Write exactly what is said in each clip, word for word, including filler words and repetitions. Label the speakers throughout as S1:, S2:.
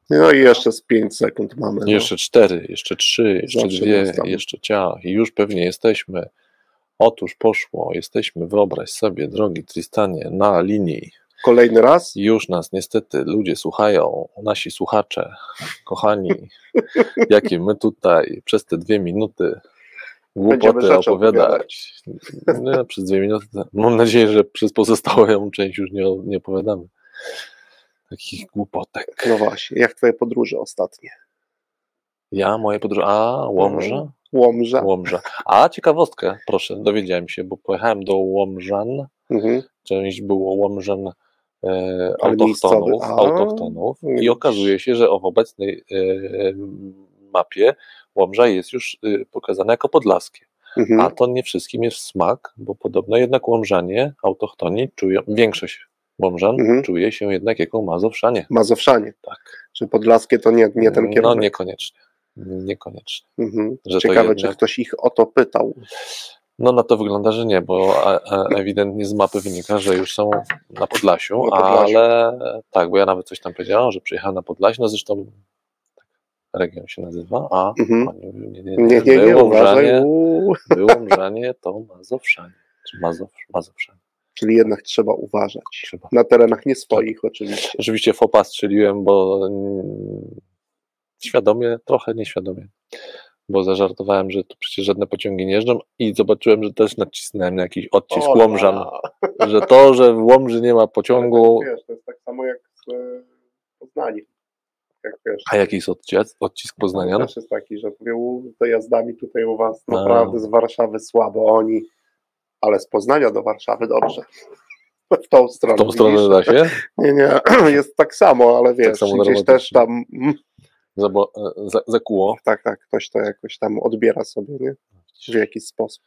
S1: No i jeszcze z pięć sekund mamy. No.
S2: Jeszcze cztery, jeszcze trzy, jeszcze
S1: Zawsze
S2: dwie,
S1: dostamy.
S2: jeszcze ciach i już pewnie jesteśmy. Otóż poszło, jesteśmy, wyobraź sobie, drogi Tristanie, na linii.
S1: Kolejny raz?
S2: Już nas niestety ludzie słuchają, nasi słuchacze, kochani, jakie my tutaj przez te dwie minuty głupoty opowiadać. No, przez dwie minuty. Mam nadzieję, że przez pozostałą część już nie, nie opowiadamy takich głupotek.
S1: No właśnie, jak twoje podróże ostatnie?
S2: Ja, moje podróże, a Łomża?
S1: Łomża.
S2: Łomża. A ciekawostkę, proszę, dowiedziałem się, bo pojechałem do Łomżan, mhm. część było Łomżan e, autochtonów,
S1: A,
S2: autochtonów i okazuje się, że w obecnej e, mapie Łomża jest już e, pokazana jako podlaskie. Mhm. A to nie wszystkim jest smak, bo podobno jednak Łomżanie, autochtoni czują, większość Łomżan mhm. czuje się jednak jako Mazowszanie.
S1: Mazowszanie.
S2: Tak.
S1: Czy podlaskie to nie, nie ten kierunek?
S2: No niekoniecznie. Niekoniecznie.
S1: Mhm. Ciekawe, jednak... czy ktoś ich o to pytał.
S2: No na to wygląda, że nie, bo ewidentnie z mapy wynika, że już są na Podlasiu, na Podlasiu. Ale tak, bo ja nawet coś tam powiedziałem, że przyjechałem na Podlasie, no zresztą tak, region się nazywa, a mhm. oni mówią, nie, nie, nie, nie, nie, nie Łomżanie, Łomżanie to Mazowszanie, czy Mazow, Mazowszanie.
S1: Czyli jednak trzeba uważać. Trzeba. Na terenach nie swoich tak. oczywiście.
S2: Oczywiście fopa strzeliłem, bo świadomie, trochę nieświadomie, bo zażartowałem, że tu przecież żadne pociągi nie jeżdżą i zobaczyłem, że też nacisnąłem na jakiś odcisk o, Łomżan, a. że to, że w Łomży nie ma pociągu...
S1: To jest, wiesz, to jest tak samo jak z Poznaniem. Jak wiesz,
S2: a jaki jest odcisk, odcisk Poznania?
S1: To też jest taki, że dojazdami tutaj u was a. naprawdę z Warszawy słabo, oni, ale z Poznania do Warszawy dobrze. W tą stronę.
S2: W tą stronę widzisz? Da się?
S1: Nie, nie, jest tak samo, ale wiesz, tak gdzieś też tam...
S2: Zabo, za, zakuło.
S1: Tak, tak, ktoś to jakoś tam odbiera sobie, nie? W jakiś sposób.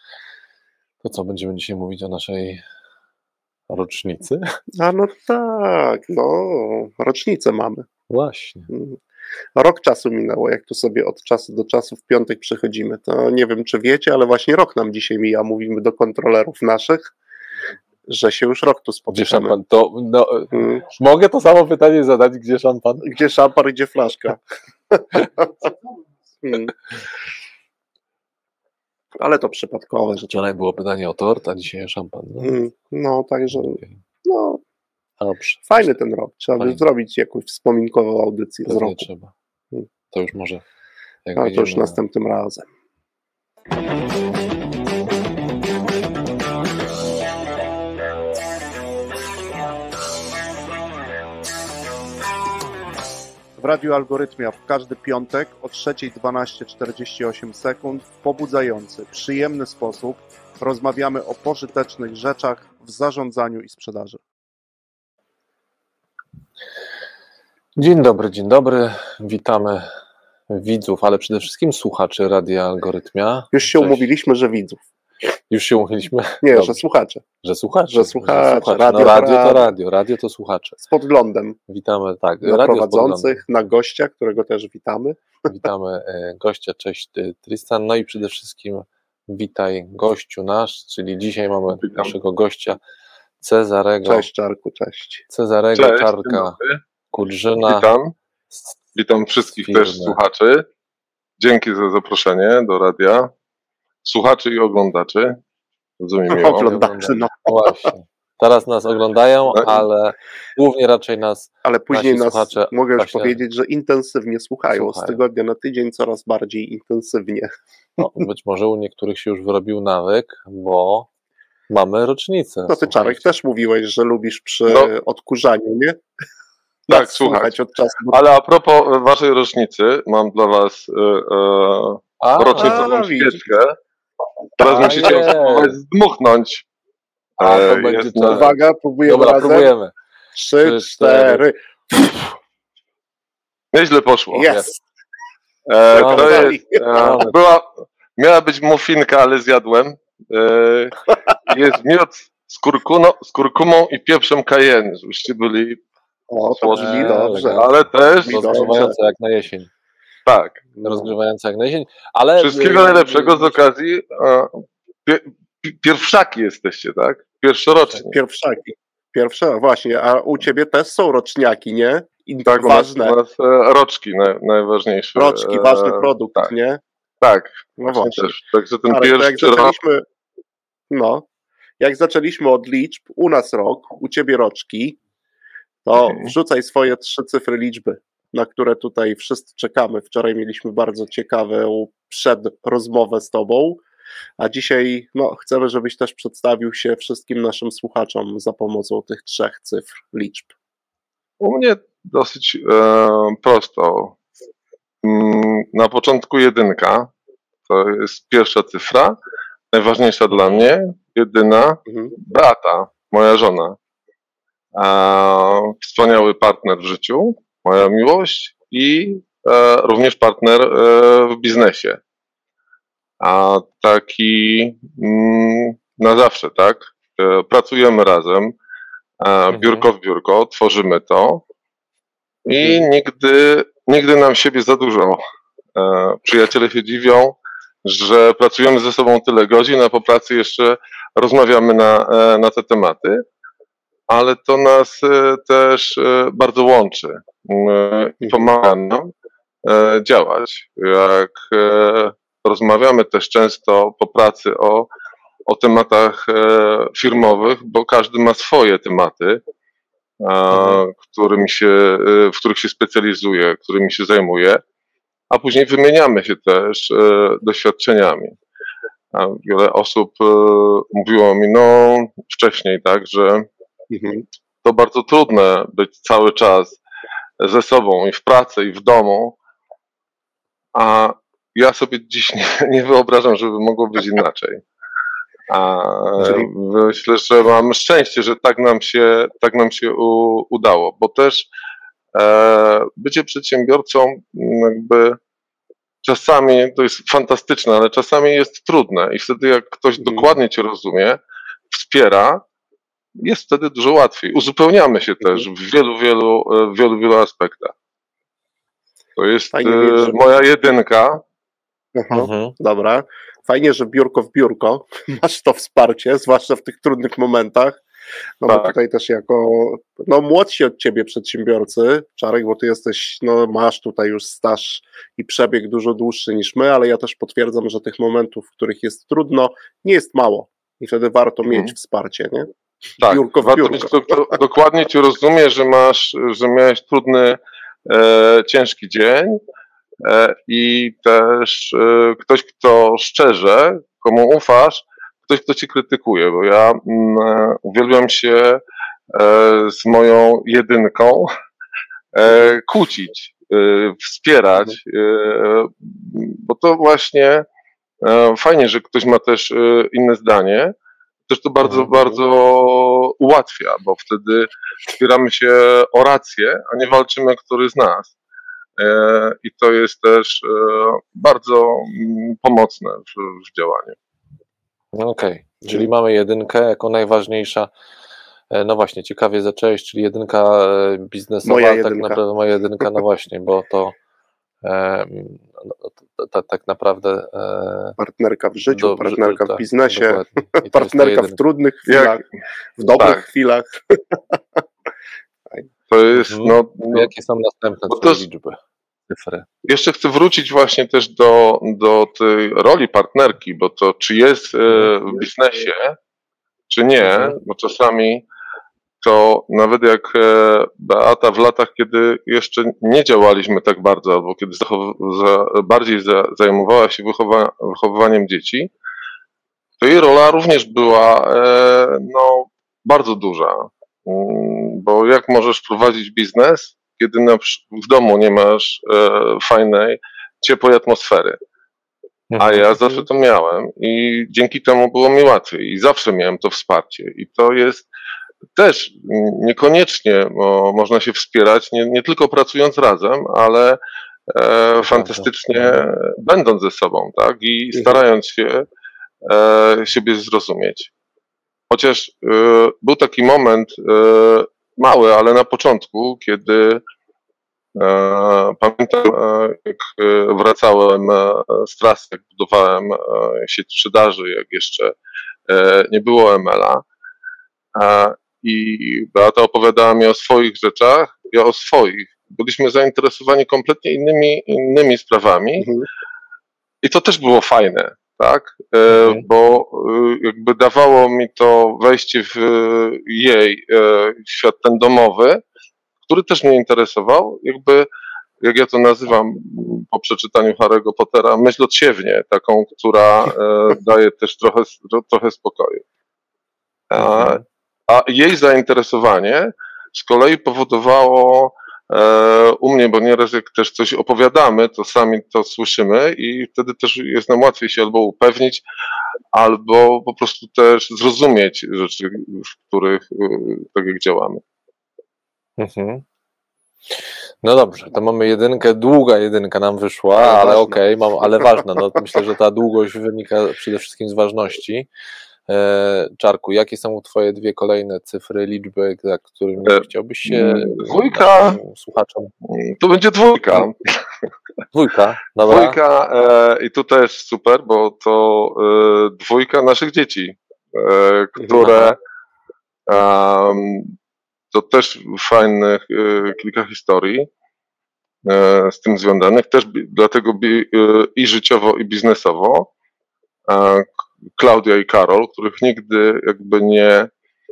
S2: To co, będziemy dzisiaj mówić o naszej rocznicy?
S1: A no tak, no, rocznicę mamy.
S2: Właśnie.
S1: Rok czasu minęło, jak tu sobie od czasu do czasu w piątek przychodzimy. To nie wiem, czy wiecie, ale właśnie rok nam dzisiaj mija, mówimy do kontrolerów naszych, że się już rok tu spotykamy.
S2: Gdzie szampan? To, no, hmm. Mogę to samo pytanie zadać, gdzie szampan?
S1: Gdzie szampan, gdzie flaszka? hmm. Ale to przypadkowe. Że
S2: wczoraj było pytanie o tort, a dzisiaj szampan. No,
S1: hmm. no także no,
S2: dobrze.
S1: Fajny ten rok. Trzeba by zrobić jakąś wspominkową audycję
S2: Pewnie
S1: z roku.
S2: Trzeba. Hmm. To już może. Jak
S1: a to już następnym razem. W Radiu Algorytmia w każdy piątek o trzeciej dwanaście czterdzieści osiem sekund w pobudzający, przyjemny sposób rozmawiamy o pożytecznych rzeczach w zarządzaniu i sprzedaży.
S2: Dzień dobry, dzień dobry. Witamy widzów, ale przede wszystkim słuchaczy Radia Algorytmia.
S1: Już się Cześć. umówiliśmy, że widzów.
S2: Już się umówiliśmy?
S1: Nie, Dobrze. że słuchacze.
S2: Że słuchacze.
S1: Że słuchacze. Że słuchacze.
S2: Radio, no, radio to radio, radio to słuchacze.
S1: Z podglądem.
S2: Witamy, tak.
S1: Na radio prowadzących, na gościa, którego też witamy.
S2: Witamy gościa, cześć Tristan. No i przede wszystkim witaj gościu nasz, czyli dzisiaj mamy Witam. naszego gościa Cezarego.
S1: Cześć Czarku, cześć.
S2: Cezarego cześć, Czarka Kurżyna.
S3: Witam. Witam wszystkich firmy. też słuchaczy. Dzięki za zaproszenie do radia. Słuchaczy i oglądaczy. Rozumiem miło.
S1: Oglądaczy, no.
S2: Właśnie. Teraz nas oglądają, no. ale głównie raczej nas
S1: Ale później nas,
S2: słuchacze
S1: mogę już
S2: właśnie
S1: powiedzieć, że intensywnie słuchają. słuchają. Z tygodnia na tydzień coraz bardziej intensywnie.
S2: No, być może u niektórych się już wyrobił nawyk, bo mamy rocznicę.
S1: No ty Czarek też mówiłeś, że lubisz przy no. odkurzaniu, nie?
S3: Tak, słuchać. Od czasu. Ale a propos waszej rocznicy, mam dla was e, e, rocznicową świeczkę. Teraz a, musicie spróbować zdmuchnąć.
S2: A, to będzie to...
S1: Uwaga, próbujemy
S2: Dobra,
S1: razem.
S2: próbujemy.
S1: Trzy, Trzy cztery.
S3: Nieźle poszło.
S1: Jest.
S3: E, to jest e, była, miała być muffinka, ale zjadłem. E, jest miód z, kurkuno, z kurkumą i pieprzem cayenne, żebyście byli
S1: o, to brzmi dobrze.
S3: Ale też
S2: rozgrzewające jak na jesień.
S3: Tak.
S2: Rozgrzewające jak na jesień. Ale...
S3: Wszystkiego najlepszego z okazji e, pie, pierwszaki jesteście, tak? Pierwszoroczni.
S1: Pierwszaki. Pierwsze, właśnie, a u ciebie też są roczniaki, nie? i
S3: tak,
S1: ważne.
S3: U nas, u nas roczki naj, najważniejsze.
S1: Roczki, ważny produkt,
S3: tak.
S1: nie?
S3: Tak,
S1: no właśnie.
S3: Też. Także ten
S1: Ale
S3: pierwszy
S1: jak zaczęliśmy, no, jak zaczęliśmy od liczb, u nas rok, u ciebie roczki, to
S3: Mhm.
S1: wrzucaj swoje trzy cyfry liczby, na które tutaj wszyscy czekamy. Wczoraj mieliśmy bardzo ciekawą przedrozmowę z tobą, a dzisiaj no, chcemy, żebyś też przedstawił się wszystkim naszym słuchaczom za pomocą tych trzech cyfr liczb.
S3: U mnie dosyć e, prosto. Mm, Na początku jedynka, to jest pierwsza cyfra, najważniejsza dla mnie, jedyna,
S1: Mhm.
S3: Beata, moja żona. E, wspaniały partner w życiu, moja miłość i e, również partner e, w biznesie. A taki mm, na zawsze, tak? E, pracujemy razem, e, biurko w biurko, tworzymy to i
S1: Mhm.
S3: nigdy, nigdy nam siebie za dużo. E, przyjaciele się dziwią, że pracujemy ze sobą tyle godzin, a po pracy jeszcze rozmawiamy na, e, na te tematy, ale to nas e, też e, bardzo łączy e, i pomaga nam e, działać. Jak e, rozmawiamy też często po pracy o, o tematach e, firmowych, bo każdy ma swoje tematy,
S2: Mhm.
S3: którym się, e, w których się specjalizuje, którymi się zajmuje, a później wymieniamy się też e, doświadczeniami. A wiele osób e, mówiło mi, no wcześniej, tak, że
S1: Mhm.
S3: to bardzo trudne być cały czas ze sobą i w pracy, i w domu, a ja sobie dziś nie, nie wyobrażam, żeby mogło być inaczej. A
S1: Czyli-
S3: myślę, że mam szczęście, że tak nam się, tak nam się u, udało, bo też e, bycie przedsiębiorcą jakby czasami to jest fantastyczne, ale czasami jest trudne i wtedy jak ktoś
S1: Mhm.
S3: dokładnie cię rozumie, wspiera, jest wtedy dużo łatwiej. Uzupełniamy się
S1: Mhm.
S3: też w wielu, wielu, w wielu, wielu aspektach. To jest
S1: Fajnie
S3: e,
S1: mieć, że-
S3: moja jedynka.
S1: Aha,
S2: Mhm.
S1: dobra. Fajnie, że biurko w biurko masz to wsparcie, zwłaszcza w tych trudnych momentach. No bo
S3: Tak.
S1: tutaj też jako no, młodsi od ciebie przedsiębiorcy, Czarek, bo ty jesteś, no masz tutaj już staż i przebieg dużo dłuższy niż my, ale ja też potwierdzam, że tych momentów, w których jest trudno, nie jest mało i wtedy warto
S3: Mhm.
S1: mieć wsparcie, nie?
S3: Tak,
S1: Biurko w
S3: warto
S1: biurko.
S3: mieć, to, to, dokładnie cię rozumie, że masz, że miałeś trudny, e, ciężki dzień e, i też e, ktoś, kto szczerze, komu ufasz, ktoś, kto ci krytykuje, bo ja mm, e, uwielbiam się e, z moją jedynką e, kłócić, e, wspierać, e, bo to właśnie e, fajnie, że ktoś ma też e, inne zdanie. Też to bardzo,
S2: Mhm.
S3: bardzo ułatwia, bo wtedy spieramy się o rację, a nie walczymy, który z nas. E, I to jest też e, bardzo mm, pomocne w, w działaniu.
S2: Okej, czyli mamy jedynkę jako najważniejsza. E, No właśnie, ciekawie zacząłeś, czyli jedynka e, biznesowa,
S1: Moja
S2: tak
S1: jedynka.
S2: naprawdę moja jedynka, no właśnie, bo to e, no, to- to- tak naprawdę e,
S1: Partnerka w życiu,
S2: dobrze,
S1: partnerka
S2: tak,
S1: w biznesie,
S2: dokładnie. I to jest ta
S1: partnerka w
S2: jedynka.
S1: trudnych chwilach, w dobrych
S3: tak.
S1: chwilach.
S3: To jest,
S2: Mhm.
S3: no, no,
S2: Jakie są następne
S3: bo
S2: twoje
S3: to-
S2: liczby, cyfry?
S3: jeszcze chcę wrócić właśnie też do, do tej roli partnerki, bo to czy jest e, w biznesie, czy nie,
S2: Mhm.
S3: bo czasami to nawet jak e, Beata w latach, kiedy jeszcze nie działaliśmy tak bardzo, albo kiedy zachow- za, bardziej za, zajmowała się wychowa- wychowywaniem dzieci, to jej rola również była e, no, bardzo duża. Mm, Bo jak możesz prowadzić biznes, kiedy na, przy- w domu nie masz e, fajnej, ciepłej atmosfery? A
S2: Mhm.
S3: ja zawsze to miałem i dzięki temu było mi łatwiej i zawsze miałem to wsparcie. I to jest też mm, niekoniecznie bo można się wspierać, nie, nie tylko pracując razem, ale e, fantastycznie będąc ze sobą, tak? I
S1: Mhm.
S3: starając się e, siebie zrozumieć. Chociaż e, był taki moment e, mały, ale na początku, kiedy e, pamiętam, e, jak e, wracałem e, z trasy, jak budowałem e, sieć sprzedaży, jak jeszcze e, nie było M L a. E, I Beata opowiadała mi o swoich rzeczach, ja o swoich. byliśmy zainteresowani kompletnie innymi, innymi sprawami
S1: Mhm.
S3: i to też było fajne, tak? E,
S2: Mhm.
S3: bo e, jakby dawało mi to wejście w jej e, świat ten domowy, który też mnie interesował, jakby, jak ja to nazywam po przeczytaniu Harry'ego Pottera, myśl odsiewnie, taką, która e, daje też trochę, trochę spokoju. A,
S2: Mhm.
S3: a jej zainteresowanie z kolei powodowało e, u mnie, bo nieraz jak też coś opowiadamy, to sami to słyszymy i wtedy też jest nam łatwiej się albo upewnić, albo po prostu też zrozumieć rzeczy, w których e, tak jak działamy.
S2: Mhm. No dobrze, to mamy jedynkę, długa jedynka nam wyszła,
S1: Ale
S2: ale
S1: ważna.
S2: okej, mam, ale ważna. No, myślę, że ta długość wynika przede wszystkim z ważności. E, Czarku, jakie są twoje dwie kolejne cyfry, liczby, za którymi
S3: E,
S2: chciałbyś się
S3: dwójka.
S2: naszym słuchaczom?
S3: To będzie dwójka.
S2: Dwójka, dobra.
S3: Dwójka e, i tu też super, bo to e, dwójka naszych dzieci, e, które em, to też fajnych e, kilka historii e, z tym związanych, też bi, dlatego bi, e, i życiowo, i biznesowo. E, Klaudia i Karol, których nigdy jakby nie,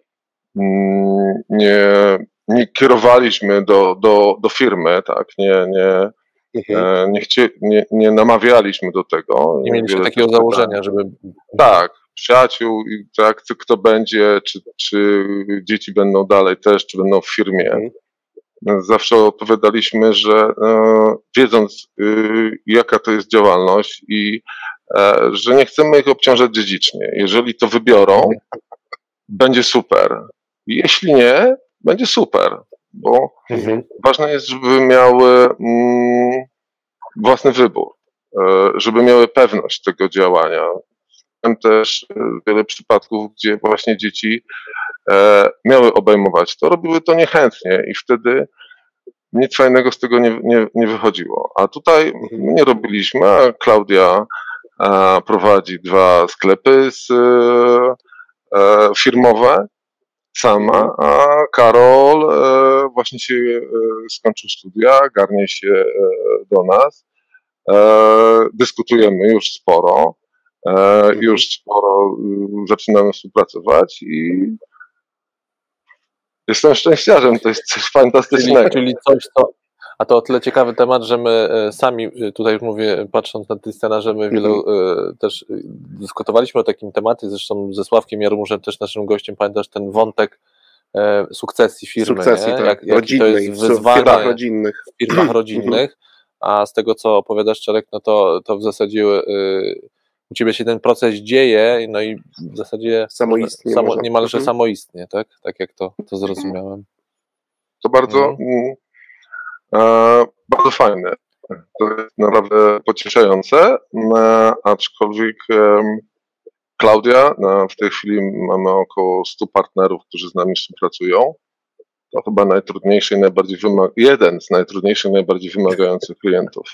S3: mm, nie, nie kierowaliśmy do, do, do firmy, tak, nie, nie,
S1: Mhm.
S3: e, nie, chcie, nie, nie namawialiśmy do tego.
S2: Nie mieliście
S3: Wiele
S2: takiego
S3: też pytań.
S2: założenia, żeby...
S3: Tak, przyjaciół i tak, co- kto będzie, czy, czy dzieci będą dalej też, czy będą w firmie.
S1: Mhm.
S3: Zawsze odpowiadaliśmy, że e, wiedząc y, jaka to jest działalność i e, że nie chcemy ich obciążać dziedzicznie. Jeżeli to wybiorą, będzie super. Jeśli nie, będzie super, bo
S2: Mhm.
S3: ważne jest, żeby miały mm, własny wybór, e, żeby miały pewność tego działania. Mam też e, wiele przypadków, gdzie właśnie dzieci e, miały obejmować to, robiły to niechętnie i wtedy nic fajnego z tego nie, nie, nie wychodziło. A tutaj my nie robiliśmy, a Klaudia e, prowadzi dwa sklepy z, e, firmowe sama, a Karol e, właśnie się e, skończył studia, garnie się e, do nas. E, dyskutujemy już sporo, e, już sporo y, zaczynamy współpracować i jestem szczęściarzem, to jest coś
S2: Czyli,
S3: fantastycznego.
S2: czyli coś, co... A to o tyle ciekawy temat, że my e, sami, e, tutaj już mówię, patrząc na Tristana, że my wielu e, też e, dyskutowaliśmy o takim temacie, zresztą ze Sławkiem Jarmużem, też naszym gościem, pamiętasz ten wątek e, sukcesji firmy,
S1: Sukcesji,
S2: nie?
S1: tak,
S2: Jak, jaki to
S1: rodzinnej,
S2: jest
S1: w
S2: wyzwanie
S1: firmach rodzinnych.
S2: w firmach rodzinnych, a z tego, co opowiadasz, Czarek, no to, to w zasadzie y, u ciebie się ten proces dzieje, no i w zasadzie
S1: Samoistnie
S2: samo,
S1: może.
S2: niemalże
S1: Mhm.
S2: samoistnie, tak? Tak jak to, to zrozumiałem.
S3: To bardzo,
S2: Mhm.
S3: mm, e, bardzo fajne. To jest naprawdę pocieszające, e, aczkolwiek e, Klaudia, e, w tej chwili mamy około stu partnerów, którzy z nami współpracują. To chyba najtrudniejszy i najbardziej wyma- jeden z najtrudniejszych i najbardziej wymagających klientów,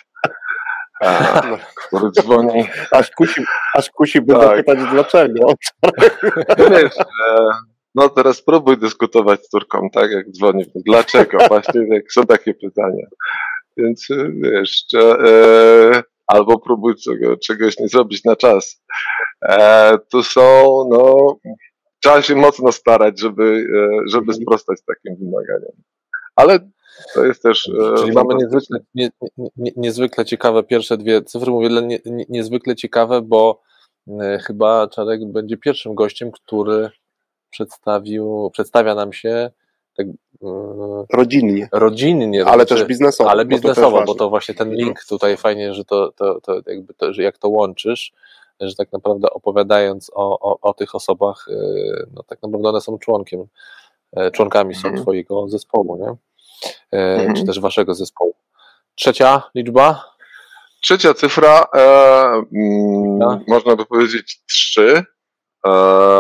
S3: e, który dzwoni.
S1: Aż kusi, aż kusi by
S3: Tak.
S1: zapytać dlaczego.
S3: Wiesz, e, no teraz spróbuj dyskutować z córką, tak jak dzwoni. Dlaczego? Właśnie jak są takie pytania. Więc e, wiesz, czy, e, albo próbuj czego, czegoś nie zrobić na czas. E, tu są, no, trzeba się mocno starać, żeby, e, żeby sprostać takim wymaganiom. Ale to jest też e,
S2: Czyli mamy
S3: fantastyczne.
S2: niezwykle, nie, nie, niezwykle ciekawe pierwsze dwie cyfry. Mówię nie, nie, niezwykle ciekawe, bo y, chyba Czarek będzie pierwszym gościem, który przedstawił, przedstawia nam się tak y,
S1: Rodzinnie,
S2: rodzinnie.
S1: ale
S2: znaczy,
S1: też biznesowo.
S2: Ale
S1: bo to też
S2: biznesowo, bo
S1: ważne.
S2: to właśnie ten link tutaj fajnie, że to, to, to jakby to, że jak to łączysz, że tak naprawdę opowiadając o, o, o tych osobach, y, no tak naprawdę one są członkiem, y, członkami są
S3: Mhm.
S2: twojego zespołu, nie? Y,
S3: Mhm.
S2: Czy też waszego zespołu. Trzecia liczba?
S3: Trzecia cyfra, e, mm,
S2: No.
S3: można by powiedzieć trzy. E,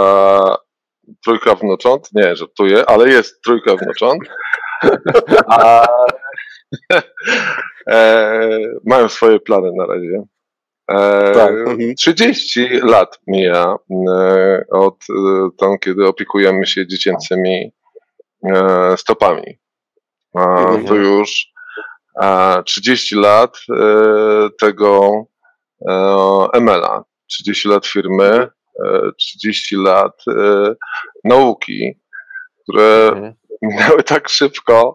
S3: trójka wnucząt, nie, żartuję, ale jest trójka wnucząt. A, e, mają swoje plany na razie. E,
S2: Tak.
S1: Mhm.
S3: trzydzieści lat mija e, od e, tam, kiedy opiekujemy się dziecięcymi e, stopami. A,
S1: Mhm.
S3: to już a trzydzieści lat tego M L a, trzydzieści lat firmy, trzydzieści lat nauki, które mhm. minęły tak szybko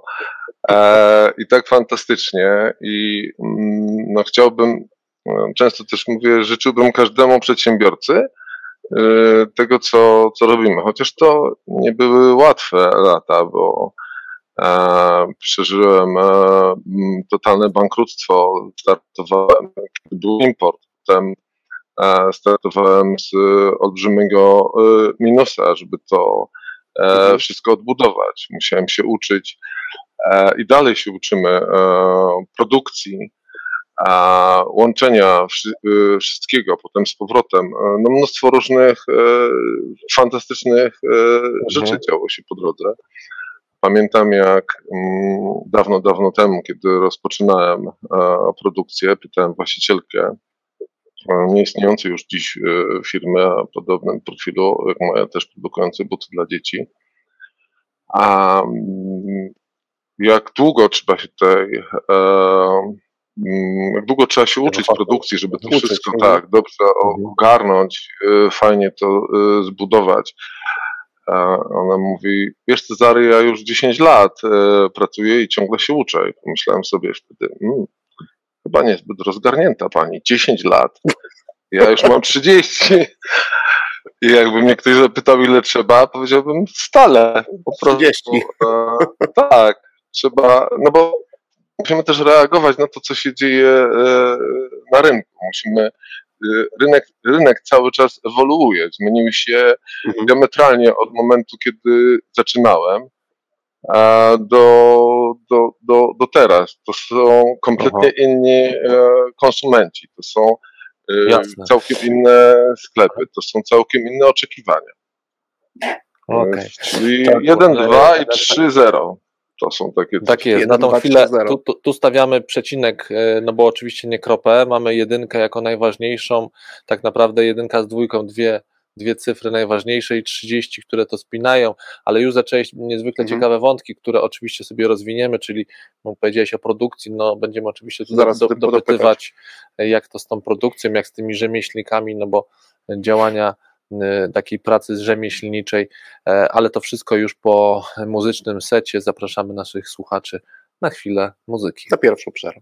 S3: i tak fantastycznie i no, chciałbym, często też mówię, życzyłbym każdemu przedsiębiorcy tego, co, co robimy, chociaż to nie były łatwe lata, bo E, przeżyłem e, totalne bankructwo, startowałem, kiedy był import, potem e, startowałem z olbrzymiego e, minusa, żeby to e, mhm. wszystko odbudować. Musiałem się uczyć e, i dalej się uczymy e, produkcji, a łączenia wszy- wszystkiego, potem z powrotem. No mnóstwo różnych e, fantastycznych e, mhm. rzeczy działo się po drodze. Pamiętam, jak mm, dawno, dawno temu, kiedy rozpoczynałem e, produkcję, pytałem właścicielkę e, nieistniejącej już dziś e, firmy o podobnym profilu, jak moja, też produkującej buty dla dzieci, a mm, jak długo trzeba się tej, e, mm, jak długo trzeba się uczyć produkcji, żeby to wszystko tak dobrze ogarnąć, e, fajnie to e, zbudować. Ona mówi, wiesz Cezary, ja już dziesięć lat e, pracuję i ciągle się uczę. I pomyślałem sobie wtedy, hmm, chyba niezbyt rozgarnięta pani, dziesięć lat, ja już mam trzydzieści. I jakby mnie ktoś zapytał, ile trzeba, powiedziałbym stale. Po
S1: trzydzieści.
S3: E, tak, trzeba, no bo musimy też reagować na to, co się dzieje e, na rynku. Musimy Rynek, rynek cały czas ewoluuje, zmienił się mhm. diametralnie od momentu, kiedy zaczynałem, a do, do, do, do teraz. To są kompletnie Aha. inni konsumenci, to są Jasne. całkiem inne sklepy, to są całkiem inne oczekiwania.
S2: Okay.
S3: Czyli tak, jeden, dwa i trzy zero. To są takie...
S2: Tak jest, na tą chwilę tu, tu, tu stawiamy przecinek, no bo oczywiście nie kropę, mamy jedynkę jako najważniejszą, tak naprawdę jedynka z dwójką, dwie, dwie cyfry najważniejsze i trzydzieści, które to spinają, ale już zaczęłeś niezwykle mhm. ciekawe wątki, które oczywiście sobie rozwiniemy, czyli no, powiedziałeś o produkcji, no będziemy oczywiście tu Zaraz do, do, dopytywać, jak to z tą produkcją, jak z tymi rzemieślnikami, no bo działania takiej pracy rzemieślniczej, ale to wszystko już po muzycznym secie. Zapraszamy naszych słuchaczy na chwilę muzyki.
S1: Na pierwszą przerwę.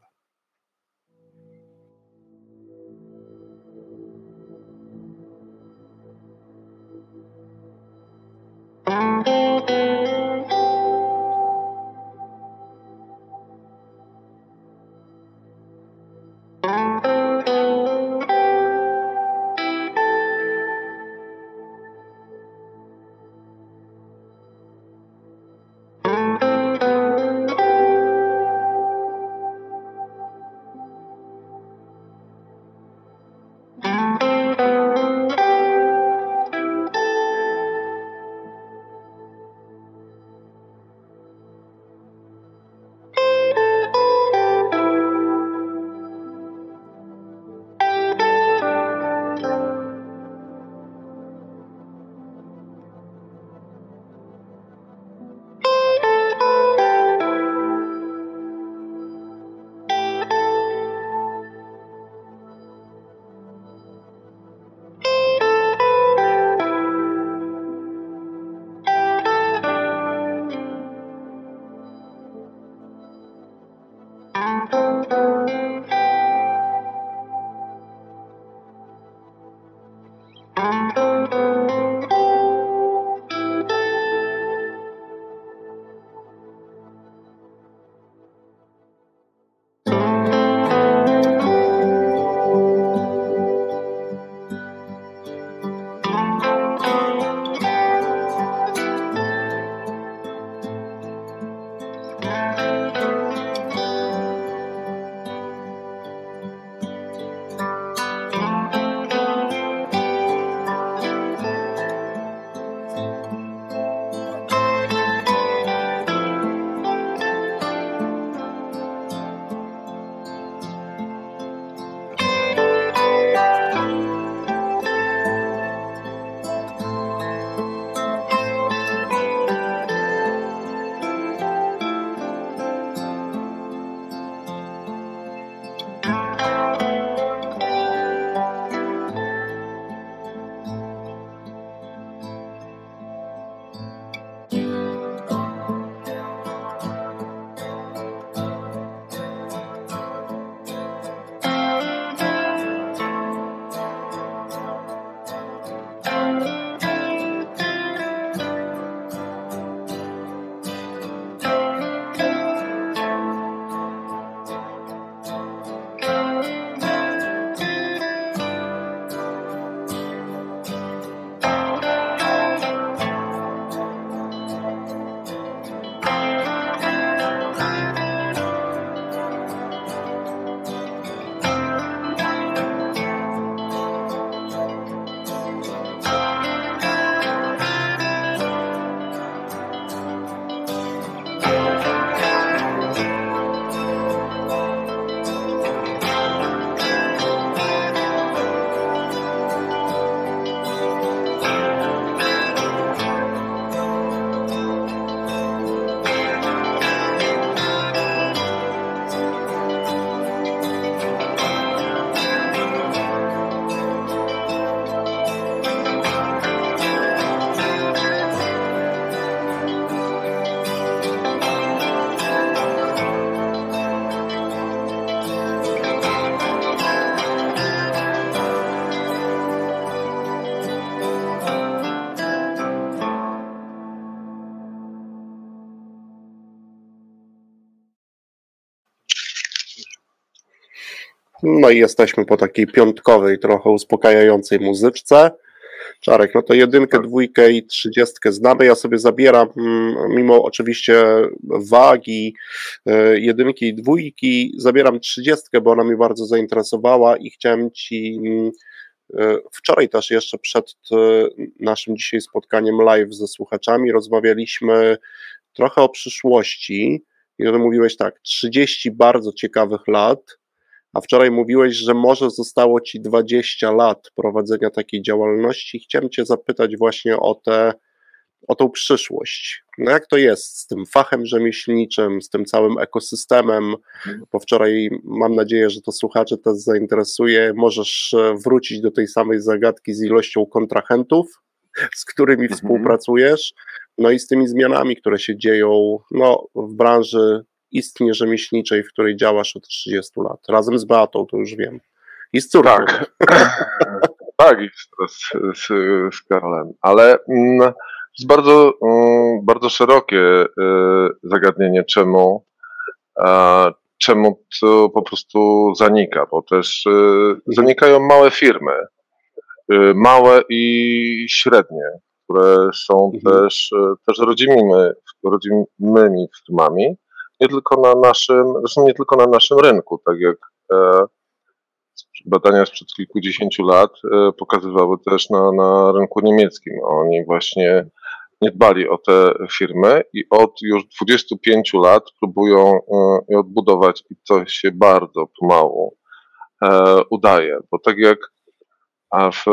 S1: No i jesteśmy po takiej piątkowej, trochę uspokajającej muzyczce. Czarek, no to jedynkę, dwójkę i trzydziestkę znamy. Ja sobie zabieram, mimo oczywiście wagi jedynki i dwójki, zabieram trzydziestkę, bo ona mnie bardzo zainteresowała i chciałem Ci wczoraj też jeszcze przed naszym dzisiaj spotkaniem live ze słuchaczami rozmawialiśmy trochę o przyszłości i że mówiłeś tak, trzydzieści bardzo ciekawych lat, a wczoraj mówiłeś, że może zostało Ci dwadzieścia lat prowadzenia takiej działalności. Chciałem Cię zapytać właśnie o tę o tą przyszłość. No jak to jest z tym fachem rzemieślniczym, z tym całym ekosystemem, bo wczoraj mam nadzieję, że to słuchaczy też zainteresuje. Możesz wrócić do tej samej zagadki z ilością kontrahentów, z którymi mhm. współpracujesz, no i z tymi zmianami, które się dzieją no, w branży istnie rzemieślniczej, w której działasz od trzydziestu lat. Razem z Beatą, to już wiem. I z córką.
S3: Tak, tak i z, z, z Karolem, ale mm, jest bardzo, mm, bardzo szerokie y, zagadnienie, czemu, a, czemu to po prostu zanika, bo też y, zanikają małe firmy, y, małe i średnie, które są mhm. też, też rodzimymi, rodzimymi firmami, nie tylko na naszym, zresztą nie tylko na naszym rynku, tak jak e, badania sprzed kilkudziesięciu lat e, pokazywały też na, na rynku niemieckim. Oni właśnie nie dbali o te firmy i od już dwudziestu pięciu lat próbują e, je odbudować i to się bardzo pomału e, udaje, bo tak jak a w,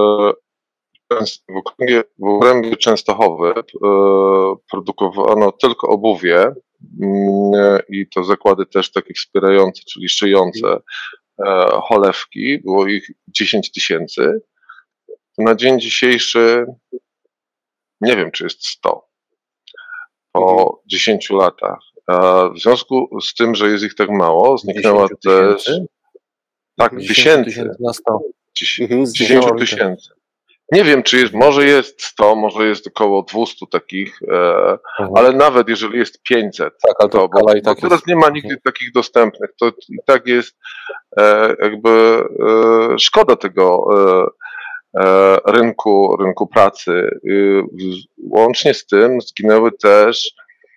S3: w, okręgie, w obrębie Częstochowy e, produkowano tylko obuwie, i to zakłady też takie wspierające, czyli szyjące e, cholewki, było ich dziesięć tysięcy. Na dzień dzisiejszy nie wiem, czy jest sto po dziesięciu latach. A w związku z tym, że jest ich tak mało, zniknęła też tak, tysięcy. dziesięć tysięcy. Nie wiem, czy jest, może jest sto, może jest około dwieście takich, e, mhm. ale nawet jeżeli jest pięćset, tak, ale to, to bo, i tak bo teraz jest. Nie ma nigdy takich dostępnych, to i tak jest e, jakby e, szkoda tego e, e, rynku, rynku pracy. E, łącznie z tym zginęły też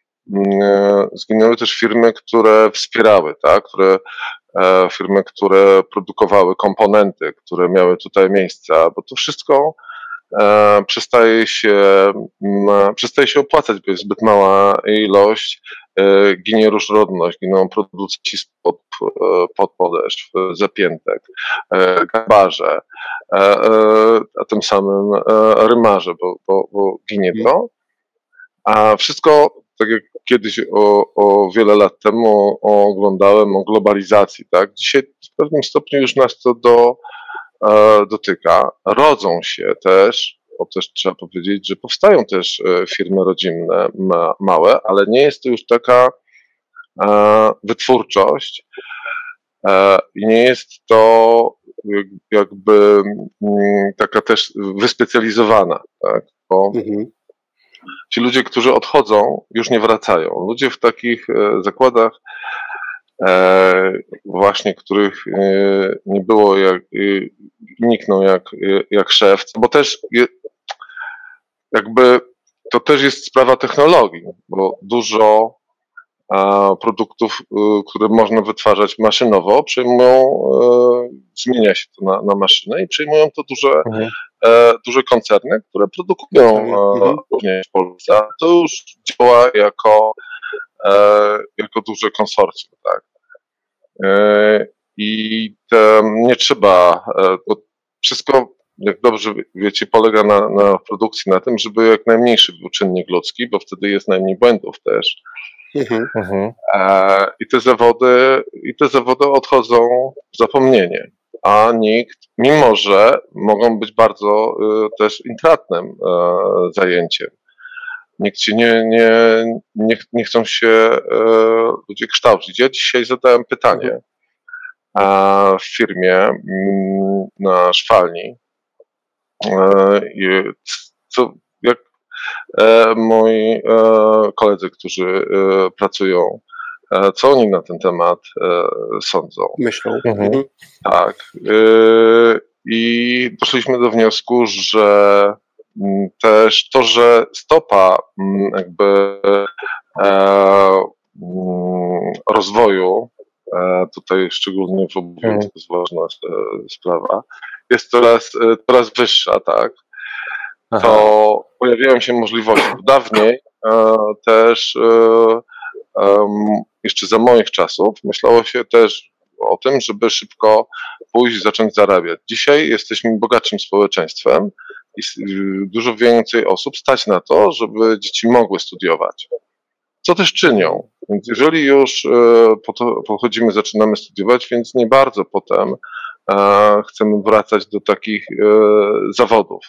S3: e, zginęły też firmy, które wspierały, tak, które e, firmy, które produkowały komponenty, które miały tutaj miejsca, bo to wszystko E, przestaje się, m, przestaje się opłacać, bo jest zbyt mała ilość, e, ginie różnorodność, giną producenci spod pod podeszw, zapiętek, e, gabarze, e, e, a tym samym e, rymarze, bo, bo, bo ginie to. A wszystko, tak jak kiedyś o, o wiele lat temu oglądałem o globalizacji, tak? Dzisiaj w pewnym stopniu już nas to do dotyka. Rodzą się też, bo też trzeba powiedzieć, że powstają też firmy rodzinne, ma, małe, ale nie jest to już taka e, wytwórczość e, i nie jest to jakby m, taka też wyspecjalizowana, tak? Bo mhm. ci ludzie, którzy odchodzą, już nie wracają. Ludzie w takich e, zakładach E, właśnie, których e, nie było, jak e, niknął jak, jak szef, bo też je, jakby to też jest sprawa technologii, bo dużo a, produktów, e, które można wytwarzać maszynowo, przyjmują, e, zmienia się to na, na maszynę i przyjmują to duże, mhm. e, duże koncerny, które produkują mhm. e, również w Polsce. To już działa jako E, jako duże konsorcjum, tak. E, I te, nie trzeba, e, bo wszystko, jak dobrze wiecie, polega na, na produkcji, na tym, żeby jak najmniejszy był czynnik ludzki, bo wtedy jest najmniej błędów też. Mhm. E, I te zawody, i te zawody odchodzą w zapomnienie, a nikt, mimo że mogą być bardzo e, też intratnym e, zajęciem. Nikt się nie, nie, nie, nie chcą się e, ludzie kształcić. Ja dzisiaj zadałem pytanie a w firmie m, na szwalni, e, co, jak e, moi e, koledzy, którzy e, pracują co oni na ten temat sądzą.
S1: Myślą.
S3: Mhm. Tak. I doszliśmy do wniosku, że też to, że stopa jakby rozwoju, tutaj szczególnie w obuwiu, to jest ważna sprawa, jest coraz, coraz wyższa, tak? Aha. To pojawiają się możliwości. Dawniej też jeszcze za moich czasów myślało się też o tym, żeby szybko pójść i zacząć zarabiać. Dzisiaj jesteśmy bogatszym społeczeństwem i dużo więcej osób stać na to, żeby dzieci mogły studiować. Co też czynią. Więc jeżeli już po to pochodzimy, zaczynamy studiować, więc nie bardzo potem chcemy wracać do takich zawodów.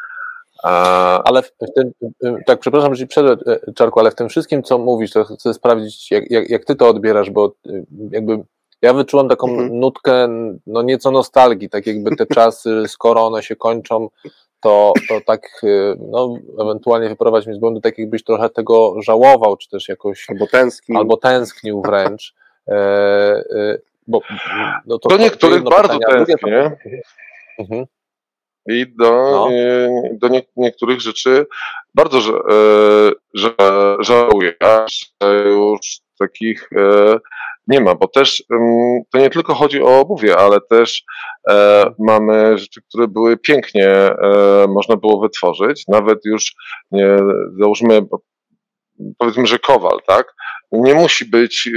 S2: Ale w tym, tak, przepraszam, że ci przerwę, Czarku, ale w tym wszystkim, co mówisz, to chcę sprawdzić, jak, jak, jak ty to odbierasz, bo jakby ja wyczułam taką mhm. nutkę, no nieco nostalgii, tak jakby te czasy, skoro one się kończą, to, to tak, no ewentualnie wyprowadź mnie z błędu, tak jakbyś trochę tego żałował, czy też jakoś...
S1: Albo tęsknił.
S2: Albo tęsknił wręcz. E, e, bo, no to,
S3: do niektórych
S2: to
S3: bardzo
S2: pytania,
S3: tęsknię. Mhm. I do, no. do nie, niektórych rzeczy bardzo że, że, żałuję, że już takich nie ma, bo też to nie tylko chodzi o obuwie, ale też mamy rzeczy, które były pięknie, można było wytworzyć, nawet już nie, załóżmy, powiedzmy, że kowal, tak? Nie musi być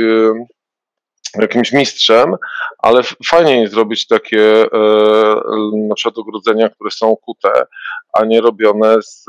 S3: jakimś mistrzem, ale fajnie jest zrobić takie e, na przykład ogrodzenia, które są kute, a nie robione z,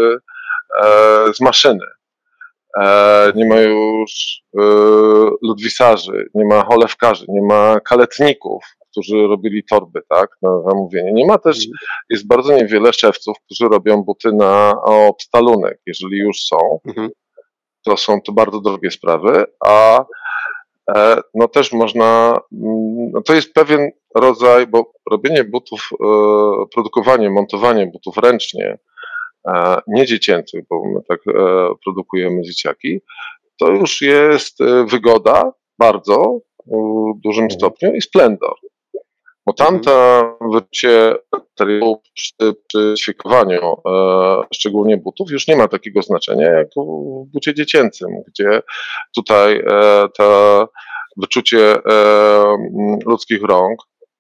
S3: e, z maszyny. E, nie ma już e, ludwisarzy, nie ma cholewkarzy, nie ma kaletników, którzy robili torby, tak, na zamówienie. Nie ma też, jest bardzo niewiele szewców, którzy robią buty na obstalunek. Jeżeli już są, mhm. to są to bardzo drogie sprawy, a no też można, no to jest pewien rodzaj, bo robienie butów, produkowanie, montowanie butów ręcznie, nie dziecięcych, bo my tak produkujemy dzieciaki, to już jest wygoda bardzo w dużym stopniu i splendor. Bo tamta wycie materiałów przy, przy ćwiekowaniu, e, szczególnie butów, już nie ma takiego znaczenia jak w bucie dziecięcym, gdzie tutaj e, to wyczucie e, ludzkich rąk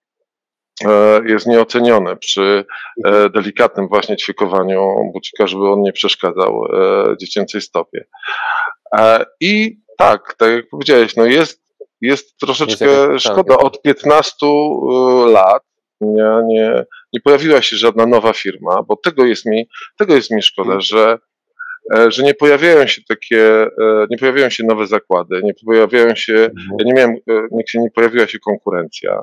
S3: e, jest nieocenione przy e, delikatnym właśnie ćwiekowaniu bucika, żeby on nie przeszkadzał e, dziecięcej stopie. E, I tak, tak jak powiedziałeś, no jest Jest troszeczkę jest szkoda, od piętnastu lat nie, nie, nie pojawiła się żadna nowa firma, bo tego jest mi, tego jest mi szkoda, że, że nie pojawiają się takie, nie pojawiają się nowe zakłady, nie pojawiają się, ja nie miałem, nie, nie pojawiła się konkurencja.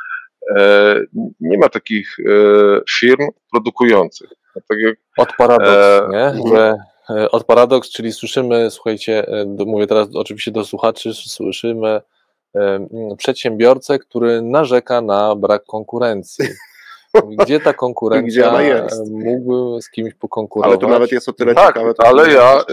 S3: Nie ma takich firm produkujących. Tak jak,
S2: od Paradox, nie? Że od Paradox, czyli słyszymy, słuchajcie, mówię teraz oczywiście do słuchaczy, słyszymy przedsiębiorcę, który narzeka na brak konkurencji. Gdzie ta konkurencja?
S1: Gdzie ona jest?
S2: Mógłby z kimś pokonkurować?
S1: Ale to nawet jest o tyle
S3: tak,
S1: ciekawe,
S3: ale ja...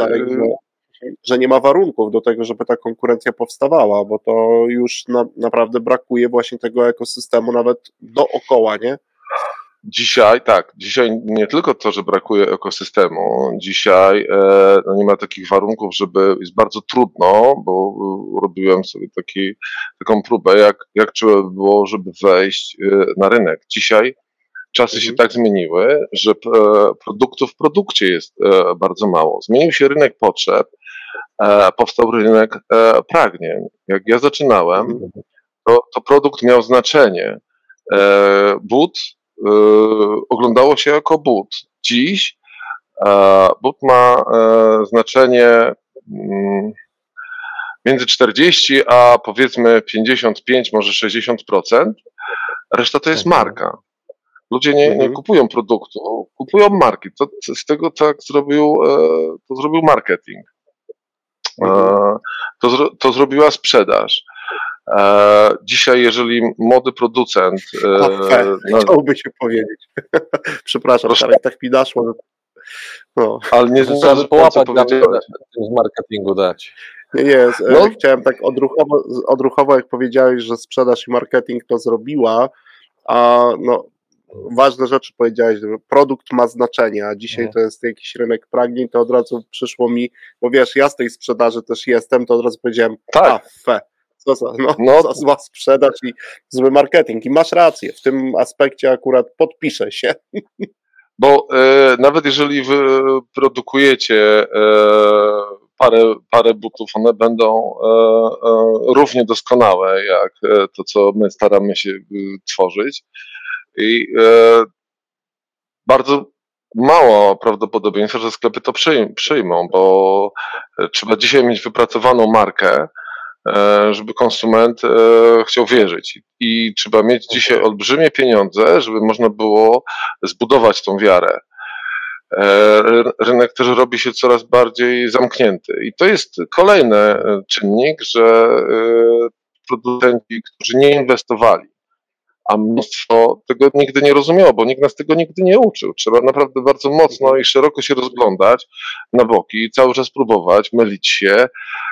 S1: że nie ma warunków do tego, żeby ta konkurencja powstawała, bo to już na, naprawdę brakuje właśnie tego ekosystemu nawet dookoła, nie?
S3: Dzisiaj tak, dzisiaj nie tylko to, że brakuje ekosystemu, dzisiaj e, no nie ma takich warunków, żeby, jest bardzo trudno, bo e, robiłem sobie taki, taką próbę, jak, jak trzeba było, żeby wejść e, na rynek. Dzisiaj czasy mhm. się tak zmieniły, że e, produktów w produkcie jest e, bardzo mało. Zmienił się rynek potrzeb, e, powstał rynek e, pragnień. Jak ja zaczynałem, mhm. to, to produkt miał znaczenie. E, but Yy, oglądało się jako but. Dziś e, but ma e, znaczenie mm, między czterdzieści a powiedzmy pięćdziesiąt pięć, może sześćdziesiąt procent. Reszta to jest marka. Ludzie nie, nie kupują produktu, kupują marki. To, z tego tak zrobił, e, to zrobił marketing. E, to, zro, to zrobiła sprzedaż. E, dzisiaj, jeżeli młody producent...
S1: E, no, chciałby się powiedzieć. Przepraszam, ale tak mi naszło.
S2: No. Ale nie trzeba połapać, co powiedziałem. Z marketingu dać.
S1: Nie, nie, no. Chciałem tak odruchowo, odruchowo, jak powiedziałeś, że sprzedaż i marketing to zrobiła, a no ważne rzeczy powiedziałeś, że produkt ma znaczenie, a dzisiaj mhm. to jest jakiś rynek pragnień, to od razu przyszło mi, bo wiesz, ja z tej sprzedaży też jestem, to od razu powiedziałem,
S3: tak.
S1: a fe, co za, no, no. co zła sprzedaż i zły marketing i masz rację, w tym aspekcie akurat podpiszę się.
S3: Bo e, nawet jeżeli wy produkujecie e, parę, parę butów, one będą e, e, równie doskonałe jak to, co my staramy się e, tworzyć. I e, bardzo mało prawdopodobieństwa, że sklepy to przyjmą, bo trzeba dzisiaj mieć wypracowaną markę, e, żeby konsument e, chciał wierzyć. I trzeba mieć dzisiaj olbrzymie pieniądze, żeby można było zbudować tą wiarę. E, rynek też robi się coraz bardziej zamknięty. I to jest kolejny czynnik, że e, producenci, którzy nie inwestowali, a mnóstwo tego nigdy nie rozumiało, bo nikt nas tego nigdy nie uczył. Trzeba naprawdę bardzo mocno i szeroko się rozglądać na boki, cały czas próbować, mylić się.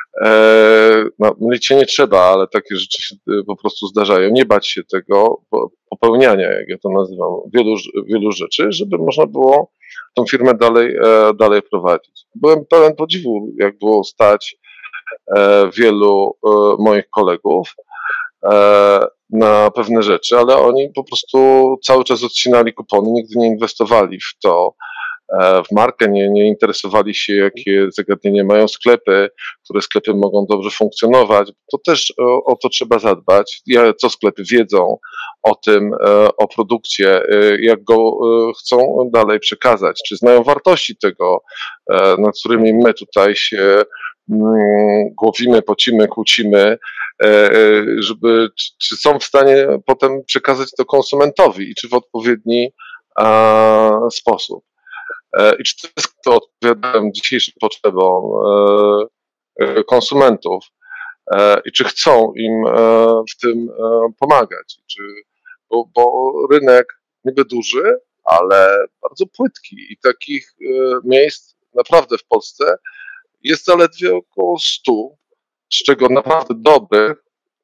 S3: E, no, mylić się nie trzeba, ale takie rzeczy się po prostu zdarzają. Nie bać się tego popełniania, jak ja to nazywam, wielu, wielu rzeczy, żeby można było tą firmę dalej, e, dalej prowadzić. Byłem pełen podziwu, jak było stać e, wielu e, moich kolegów e, na pewne rzeczy, ale oni po prostu cały czas odcinali kupony, nigdy nie inwestowali w to, w markę, nie, nie interesowali się, jakie zagadnienia mają sklepy, które sklepy mogą dobrze funkcjonować. To też o, o to trzeba zadbać, co sklepy wiedzą o tym, o produkcie, jak go chcą dalej przekazać, czy znają wartości tego, nad którymi my tutaj się głowimy, pocimy, kłócimy, żeby, czy są w stanie potem przekazać to konsumentowi i czy w odpowiedni a, sposób. I czy to jest to odpowiadają dzisiejszym potrzebom konsumentów i czy chcą im w tym pomagać. Czy, bo, bo rynek niby duży, ale bardzo płytki i takich miejsc naprawdę w Polsce jest zaledwie około stu, z czego naprawdę dobrych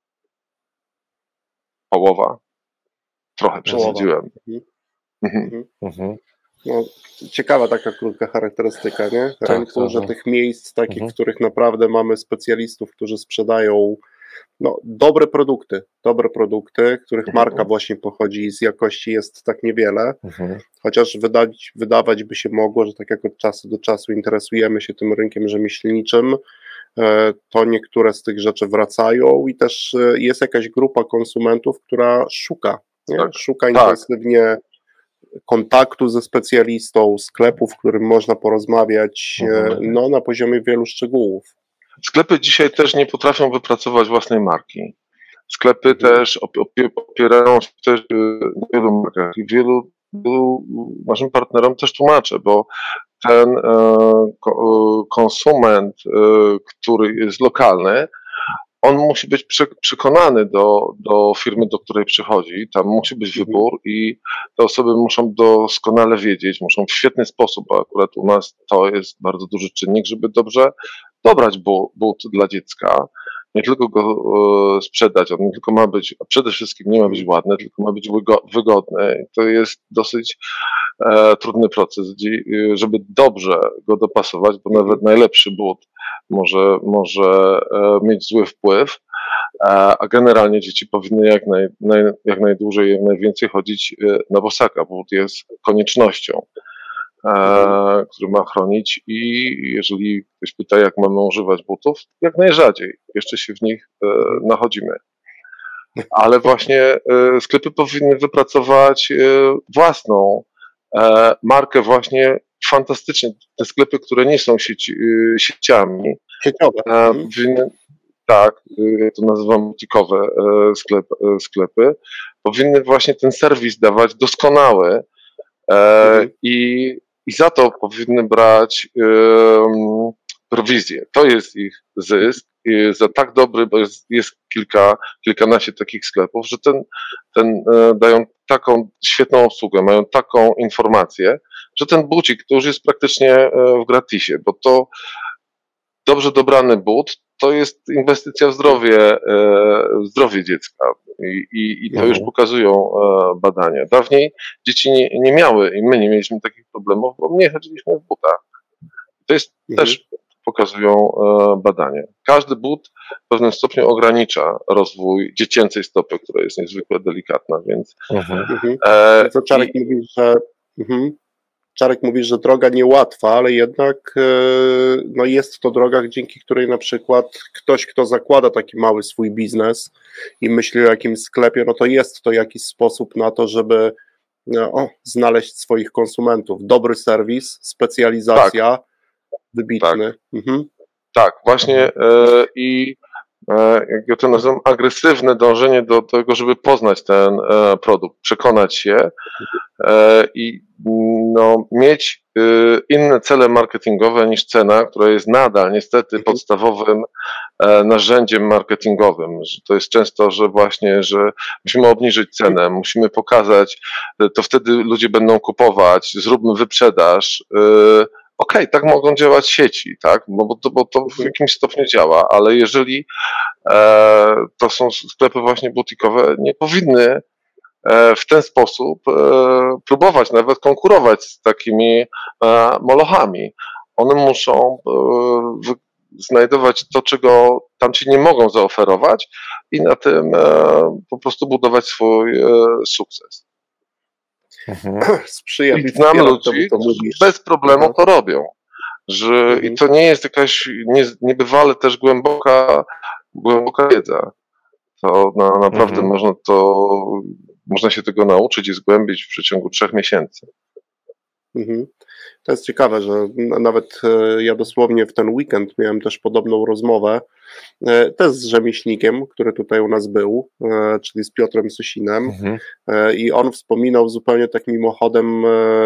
S3: połowa. Trochę przesadziłem.
S1: Mhm. Mhm. No, ciekawa taka krótka charakterystyka, nie? Rynku, tak, że tych miejsc takich, mhm. w których naprawdę mamy specjalistów, którzy sprzedają no, dobre produkty, dobre produkty, których mhm. marka właśnie pochodzi z jakości jest tak niewiele, mhm. chociaż wydać, wydawać by się mogło, że tak jak od czasu do czasu interesujemy się tym rynkiem rzemieślniczym, to niektóre z tych rzeczy wracają i też jest jakaś grupa konsumentów, która szuka, nie? Tak. szuka tak. intensywnie kontaktu ze specjalistą, sklepu, w którym można porozmawiać mhm. no, na poziomie wielu szczegółów.
S3: Sklepy dzisiaj też nie potrafią wypracować własnej marki. Sklepy mhm. też opierają się też na wielu markach i wielu, wielu naszym partnerom też tłumaczę, bo ten e, konsument, e, który jest lokalny, on musi być przekonany do, do firmy, do której przychodzi, tam musi być wybór i te osoby muszą doskonale wiedzieć, muszą w świetny sposób, bo akurat u nas to jest bardzo duży czynnik, żeby dobrze dobrać but dla dziecka, nie tylko go e, sprzedać, on nie tylko ma być, a przede wszystkim nie ma być ładny, tylko ma być wygodny. To jest dosyć e, trudny proces, żeby dobrze go dopasować, bo nawet najlepszy but może, może e, mieć zły wpływ, e, a generalnie dzieci powinny jak, naj, naj, jak najdłużej, jak najwięcej chodzić e, na bosaka. But jest koniecznością, e, który ma chronić i jeżeli ktoś pyta, jak mamy używać butów, jak najrzadziej, jeszcze się w nich e, nachodzimy. Ale właśnie e, sklepy powinny wypracować e, własną e, markę właśnie fantastycznie. Te sklepy, które nie są sieci, e, sieciami,
S1: sieciowe.
S3: E, powinny, tak, e, to nazywam butikowe e, sklep, e, sklepy, powinny właśnie ten serwis dawać doskonały e, mhm. i, i za to powinny brać e, prowizję. To jest ich zysk i za tak dobry, bo jest, jest kilka, kilkanaście takich sklepów, że ten, ten e, dają taką świetną obsługę, mają taką informację, że ten bucik to już jest praktycznie e, w gratisie, bo to dobrze dobrany but to jest inwestycja w zdrowie, w zdrowie dziecka i, i, i to mhm. już pokazują badania. Dawniej dzieci nie, nie miały i my nie mieliśmy takich problemów, bo nie chodziliśmy w butach. To jest mhm. też pokazują badania. Każdy but w pewnym stopniu ogranicza rozwój dziecięcej stopy, która jest niezwykle delikatna, więc...
S1: Mhm. E, to Czarek i... mówi, że... Mhm. Czarek mówi, że droga niełatwa, ale jednak no jest to droga, dzięki której na przykład ktoś, kto zakłada taki mały swój biznes i myśli o jakimś sklepie, no to jest to jakiś sposób na to, żeby no, o, znaleźć swoich konsumentów. Dobry serwis, specjalizacja, tak. wybitny.
S3: Tak,
S1: mhm.
S3: tak właśnie e, i e, jak ja to nazywam, agresywne dążenie do tego, żeby poznać ten e, produkt, przekonać się e, i no, mieć e, inne cele marketingowe niż cena, która jest nadal niestety mhm. podstawowym e, narzędziem marketingowym. Że to jest często, że właśnie, że musimy obniżyć cenę, musimy pokazać, to wtedy ludzie będą kupować, zróbmy wyprzedaż. E, Okej, okay, tak mogą działać sieci, tak? No bo, to, bo to w jakimś stopniu działa, ale jeżeli e, to są sklepy właśnie butikowe, nie powinny e, w ten sposób e, próbować nawet konkurować z takimi e, molochami. One muszą e, wy, znajdować to, czego tamci nie mogą zaoferować i na tym e, po prostu budować swój e, sukces.
S1: Mhm. Sprzyja
S3: I znam ludzi, którzy bez problemu mhm. to robią. Że, mhm. I to nie jest jakaś nie, niebywale też głęboka, głęboka wiedza. To na, naprawdę mhm. można, to, można się tego nauczyć i zgłębić w przeciągu trzech miesięcy.
S1: Mhm. To jest ciekawe, że nawet ja dosłownie w ten weekend miałem też podobną rozmowę, też z rzemieślnikiem, który tutaj u nas był, czyli z Piotrem Susinem mhm. i on wspominał zupełnie tak mimochodem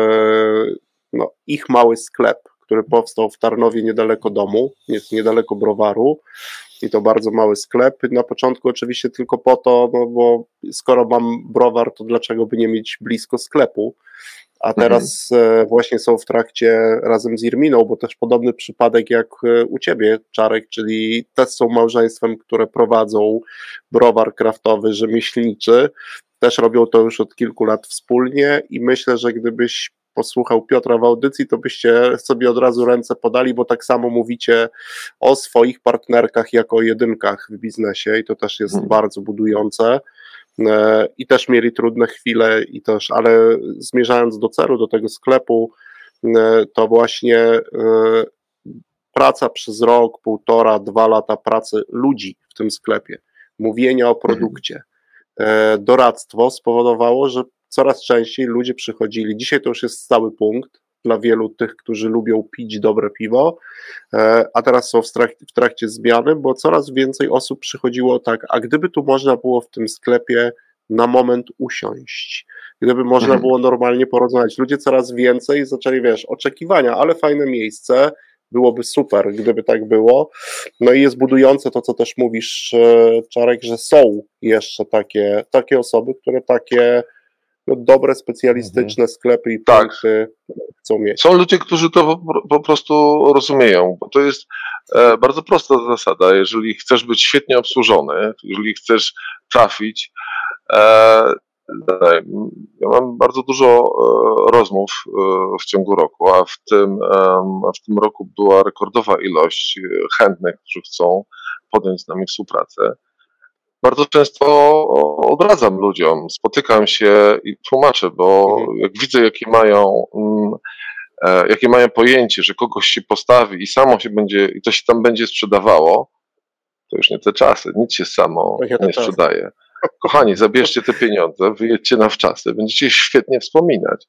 S1: no, ich mały sklep, który powstał w Tarnowie niedaleko domu, jest niedaleko browaru i to bardzo mały sklep. Na początku oczywiście tylko po to, no bo skoro mam browar, to dlaczego by nie mieć blisko sklepu? A teraz mhm. właśnie są w trakcie razem z Irminą, bo też podobny przypadek jak u ciebie, Czarek, czyli też są małżeństwem, które prowadzą browar kraftowy, rzemieślniczy, też robią to już od kilku lat wspólnie i myślę, że gdybyś posłuchał Piotra w audycji, to byście sobie od razu ręce podali, bo tak samo mówicie o swoich partnerkach jako o jedynkach w biznesie i to też jest mhm. bardzo budujące. I też mieli trudne chwile, i też, ale zmierzając do celu, do tego sklepu, to właśnie praca przez rok, półtora, dwa lata pracy ludzi w tym sklepie, mówienia o produkcie, doradztwo spowodowało, że coraz częściej ludzie przychodzili. Dzisiaj to już jest stały punkt dla wielu tych, którzy lubią pić dobre piwo, a teraz są w trakcie, w trakcie zmiany, bo coraz więcej osób przychodziło tak, a gdyby tu można było w tym sklepie na moment usiąść, gdyby można mhm. było normalnie porozmawiać. Ludzie coraz więcej zaczęli, wiesz, oczekiwania, ale fajne miejsce, byłoby super, gdyby tak było. No i jest budujące to, co też mówisz, Czarek, że są jeszcze takie, takie osoby, które takie no, dobre, specjalistyczne mhm. sklepy i punkty tak. chcą mieć.
S3: Są ludzie, którzy to po, po prostu rozumieją, bo to jest e, bardzo prosta zasada. Jeżeli chcesz być świetnie obsłużony, jeżeli chcesz trafić, e, ja mam bardzo dużo e, rozmów e, w ciągu roku, a w tym, e, w tym roku była rekordowa ilość chętnych, którzy chcą podjąć z nami współpracę. Bardzo często odradzam ludziom, spotykam się i tłumaczę, bo mhm. jak widzę, jakie mają, e, jakie mają pojęcie, że kogoś się postawi i samo się będzie, i to się tam będzie sprzedawało, to już nie te czasy, nic się samo nie sprzedaje. Kochani, zabierzcie te pieniądze, wyjedźcie na wczasy, będziecie świetnie wspominać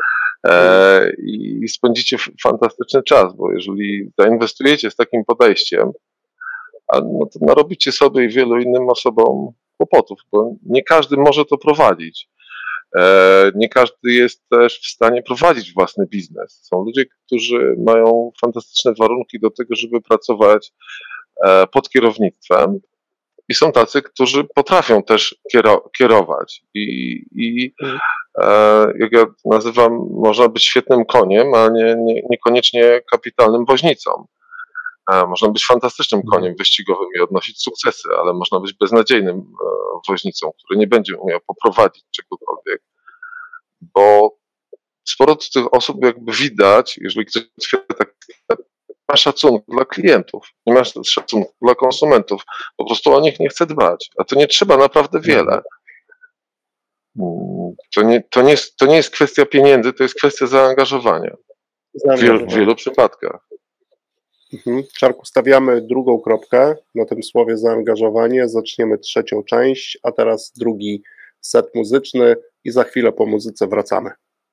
S3: e, i spędzicie fantastyczny czas, bo jeżeli zainwestujecie z takim podejściem, a no to narobicie sobie i wielu innym osobom kłopotów, bo nie każdy może to prowadzić. E, nie każdy jest też w stanie prowadzić własny biznes. Są ludzie, którzy mają fantastyczne warunki do tego, żeby pracować e, pod kierownictwem i są tacy, którzy potrafią też kiero- kierować. I, i e, jak ja nazywam, można być świetnym koniem, a nie, nie, niekoniecznie kapitalnym woźnicą. Można być fantastycznym koniem wyścigowym i odnosić sukcesy, ale można być beznadziejnym woźnicą, który nie będzie umiał poprowadzić czegokolwiek, bo sporo tych osób jakby widać, jeżeli ktoś tak ma szacunku dla klientów, nie ma szacunku dla konsumentów, po prostu o nich nie chce dbać, a to nie trzeba naprawdę wiele. To nie, to nie, jest, to nie jest kwestia pieniędzy, to jest kwestia zaangażowania w wielu, w wielu przypadkach.
S1: Mhm. Czarku, stawiamy drugą kropkę na tym słowie zaangażowanie, zaczniemy trzecią część, a teraz drugi set muzyczny i za chwilę po muzyce wracamy.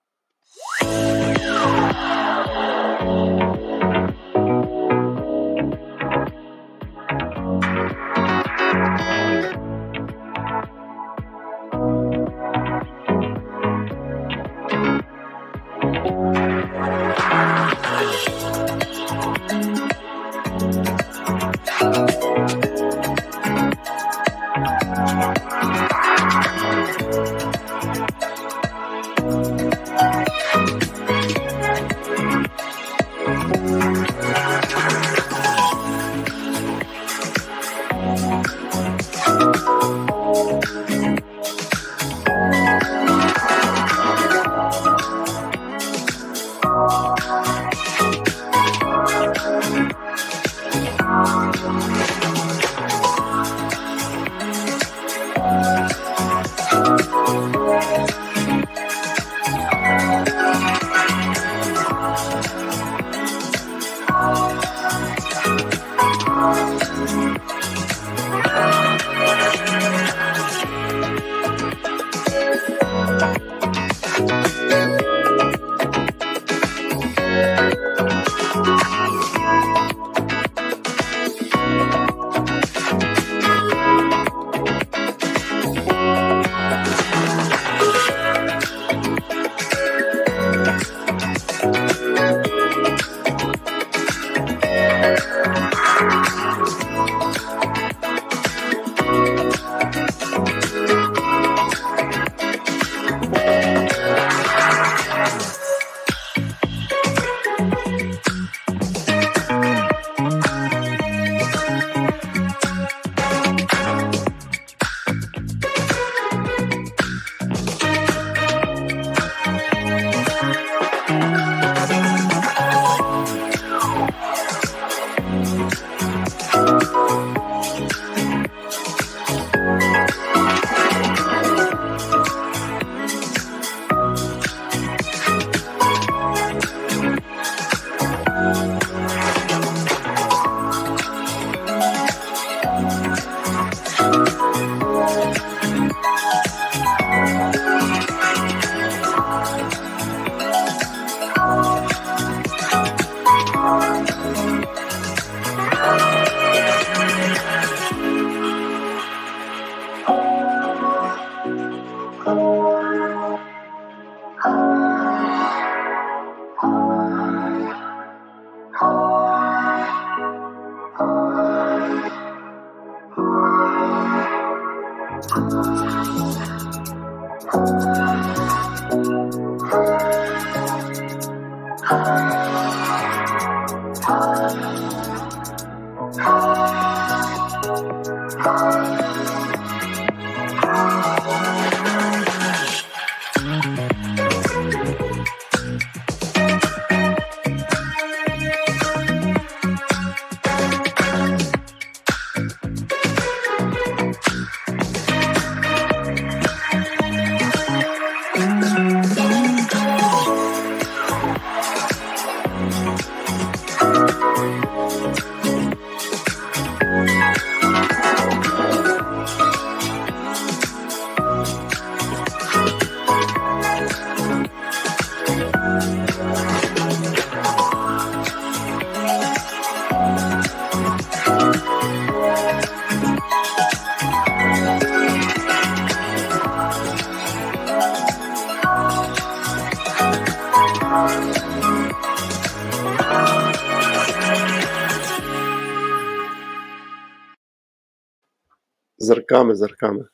S1: Zerkamy, zerkamy.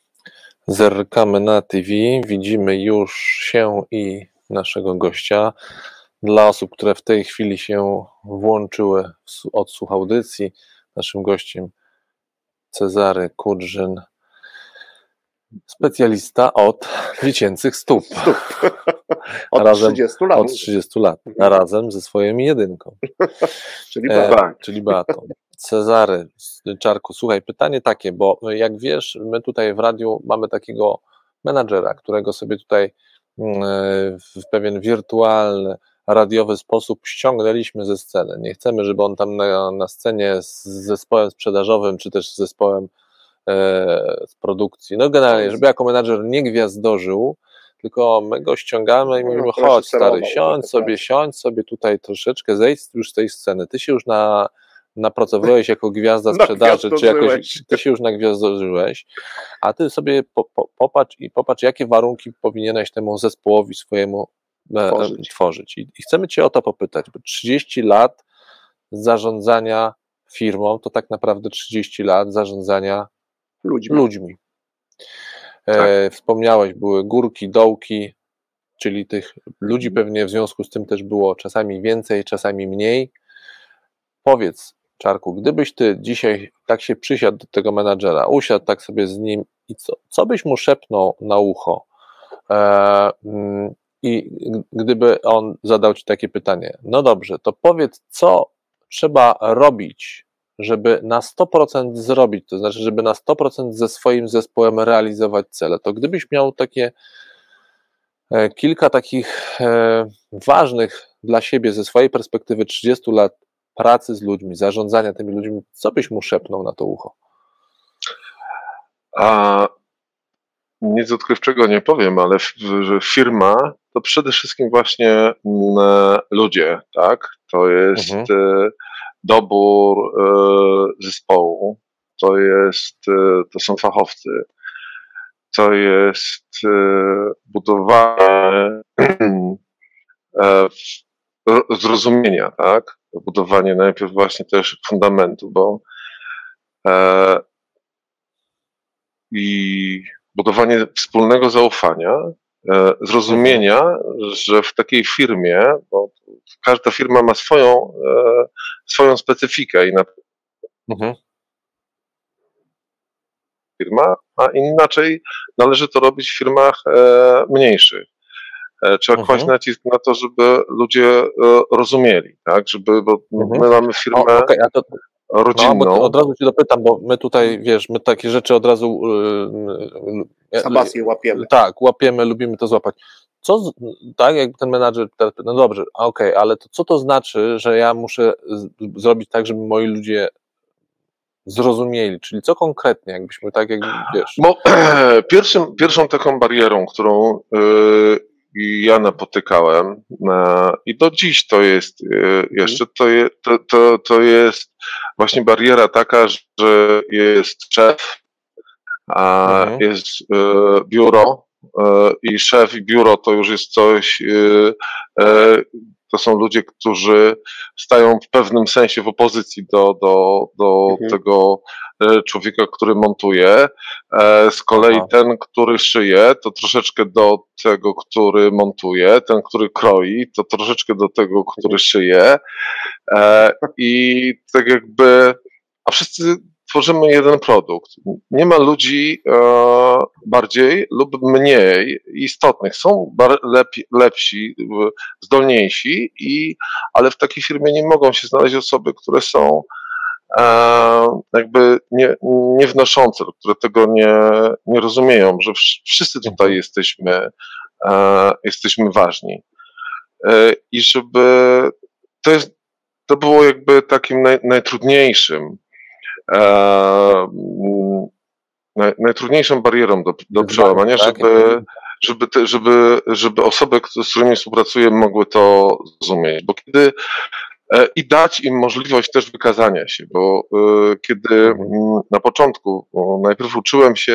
S2: Zerkamy na T V, widzimy już się i naszego gościa. Dla osób, które w tej chwili się włączyły w odsłuch audycji, naszym gościem Cezary Kudrzyn, specjalista od dziecięcych stóp.
S1: Stóp. Od
S2: razem,
S1: trzydziestu lat.
S2: Od trzydziestu lat, a razem ze swoją jedynką.
S1: Czyli Beatą.
S2: E, czyli Beatą. Cezary, Czarku, słuchaj, pytanie takie, bo jak wiesz, my tutaj w radiu mamy takiego menadżera, którego sobie tutaj w pewien wirtualny, radiowy sposób ściągnęliśmy ze sceny. Nie chcemy, żeby on tam na, na scenie z zespołem sprzedażowym, czy też z zespołem e, z produkcji, no generalnie, żeby jako menadżer nie gwiazdożył, tylko my go ściągamy i mówimy,
S1: No,
S2: chodź stary,
S1: serował,
S2: siądź sobie,
S1: tak.
S2: siądź sobie tutaj troszeczkę, zejdź już z tej sceny. Ty się już na, napracowałeś jako gwiazda sprzedaży, czy jakoś, ty się już nagwiazdożyłeś, a ty sobie po, po, popatrz i popatrz, jakie warunki powinieneś temu zespołowi swojemu e,
S1: Tworzyć.
S2: tworzyć. I, I chcemy cię o to popytać, bo trzydzieści lat zarządzania firmą to tak naprawdę trzydzieści lat zarządzania
S1: Ludźmi.
S2: ludźmi.
S3: Tak.
S2: E, wspomniałeś, były górki, dołki, czyli tych ludzi pewnie w związku z tym też było czasami więcej, czasami mniej. Powiedz, Czarku, gdybyś ty dzisiaj tak się przysiadł do tego menadżera, usiadł tak sobie z nim i co, co byś mu szepnął na ucho? E, mm, I gdyby on zadał ci takie pytanie, no dobrze, to powiedz, co trzeba robić, żeby na sto procent zrobić, to znaczy, żeby na sto procent ze swoim zespołem realizować cele, to gdybyś miał takie e, kilka takich e, ważnych dla siebie ze swojej perspektywy trzydziestu lat pracy z ludźmi, zarządzania tymi ludźmi, co byś mu szepnął na to ucho?
S3: A nic odkrywczego nie powiem, ale f- że firma to przede wszystkim właśnie mm, ludzie, tak? To jest
S2: Mhm.
S3: e, dobór e, zespołu, to jest, e, to są fachowcy, to jest e, budowanie e, ro- zrozumienia, tak? Budowanie najpierw właśnie też fundamentu, bo e, i budowanie wspólnego zaufania, e, zrozumienia, że w takiej firmie, bo każda firma ma swoją, e, swoją specyfikę i na
S2: Mhm.
S3: firma, a inaczej należy to robić w firmach e, mniejszych. E, Trzeba
S2: Mhm.
S3: kłaść nacisk na to, żeby ludzie e, rozumieli, tak? Żeby, bo
S2: Mhm.
S3: my mamy
S2: O,
S3: firmę
S2: okej, a to no,
S3: rodzinną.
S2: bo od razu cię dopytam, bo my tutaj, wiesz, my takie rzeczy od razu yy,
S1: Sabację łapiemy.
S2: tak, łapiemy, lubimy to złapać. Co, z- tak, jakby ten menadżer teraz pyta, no dobrze, a okej, ale to co to znaczy, że ja muszę z, zrobić tak, żeby moi ludzie zrozumieli, czyli co konkretnie, jakbyśmy tak, jakby, wiesz,
S3: Bo pierwszym, pierwszą taką barierą, którą y, ja napotykałem e, i do dziś to jest y, jeszcze, to, je, to, to, to jest właśnie bariera taka, że jest szef, a
S2: Mhm.
S3: jest y, biuro y, i szef i biuro to już jest coś, y, y, to są ludzie, którzy stają w pewnym sensie w opozycji do, do, do
S1: Mhm.
S3: tego e, człowieka, który montuje. E, Z kolei
S2: Aha.
S3: ten, który szyje, to troszeczkę do tego, który montuje, ten, który kroi, to troszeczkę do tego, który szyje. E, I tak jakby, a wszyscy tworzymy jeden produkt. Nie ma ludzi e, bardziej lub mniej istotnych. Są bar- lepi, lepsi, w- zdolniejsi, i, ale w takiej firmie nie mogą się znaleźć osoby, które są e, jakby nie, niewnoszące, lub które tego nie, nie rozumieją, że wsz- wszyscy tutaj
S2: Mhm.
S3: jesteśmy, e, jesteśmy ważni. E, I żeby to jest, to było jakby takim naj, najtrudniejszym, e, mm, naj, najtrudniejszą barierą do, do
S2: Wyzwanie,
S3: przełamania,
S2: tak?
S3: żeby, żeby, te, żeby, żeby osoby, które- z którymi współpracuję, mogły to zrozumieć. Bo kiedy e, i dać im możliwość też wykazania się, bo e, kiedy
S2: Mhm.
S3: mm, na początku o, najpierw uczyłem się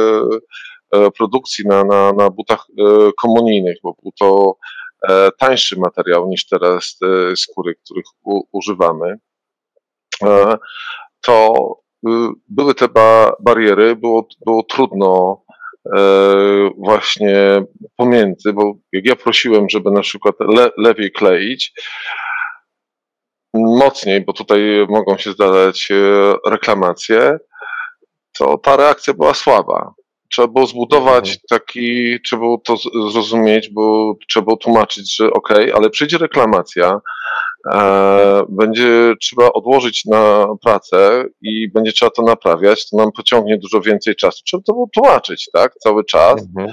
S3: e, e, produkcji na, na, na butach e, komunijnych, bo był to e, tańszy materiał niż teraz te skóry, których u, używamy, e, to y, były te ba- bariery, było, było trudno e, właśnie pomiędzy pomiędzy, bo jak ja prosiłem, żeby na przykład le, lepiej kleić, mocniej, bo tutaj mogą się zdarzać reklamacje, to ta reakcja była słaba. Trzeba było zbudować mhm. taki, trzeba było to zrozumieć, bo trzeba było tłumaczyć, że okej, okay, ale przyjdzie reklamacja, e, będzie trzeba odłożyć na pracę i będzie trzeba to naprawiać, to nam pociągnie dużo więcej czasu. Trzeba to było tłumaczyć, tak, cały czas. Mhm.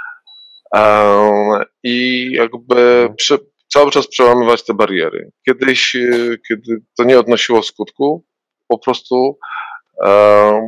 S3: E, I jakby mhm. przy, cały czas przełamywać te bariery. Kiedyś, kiedy to nie odnosiło skutku, po prostu e,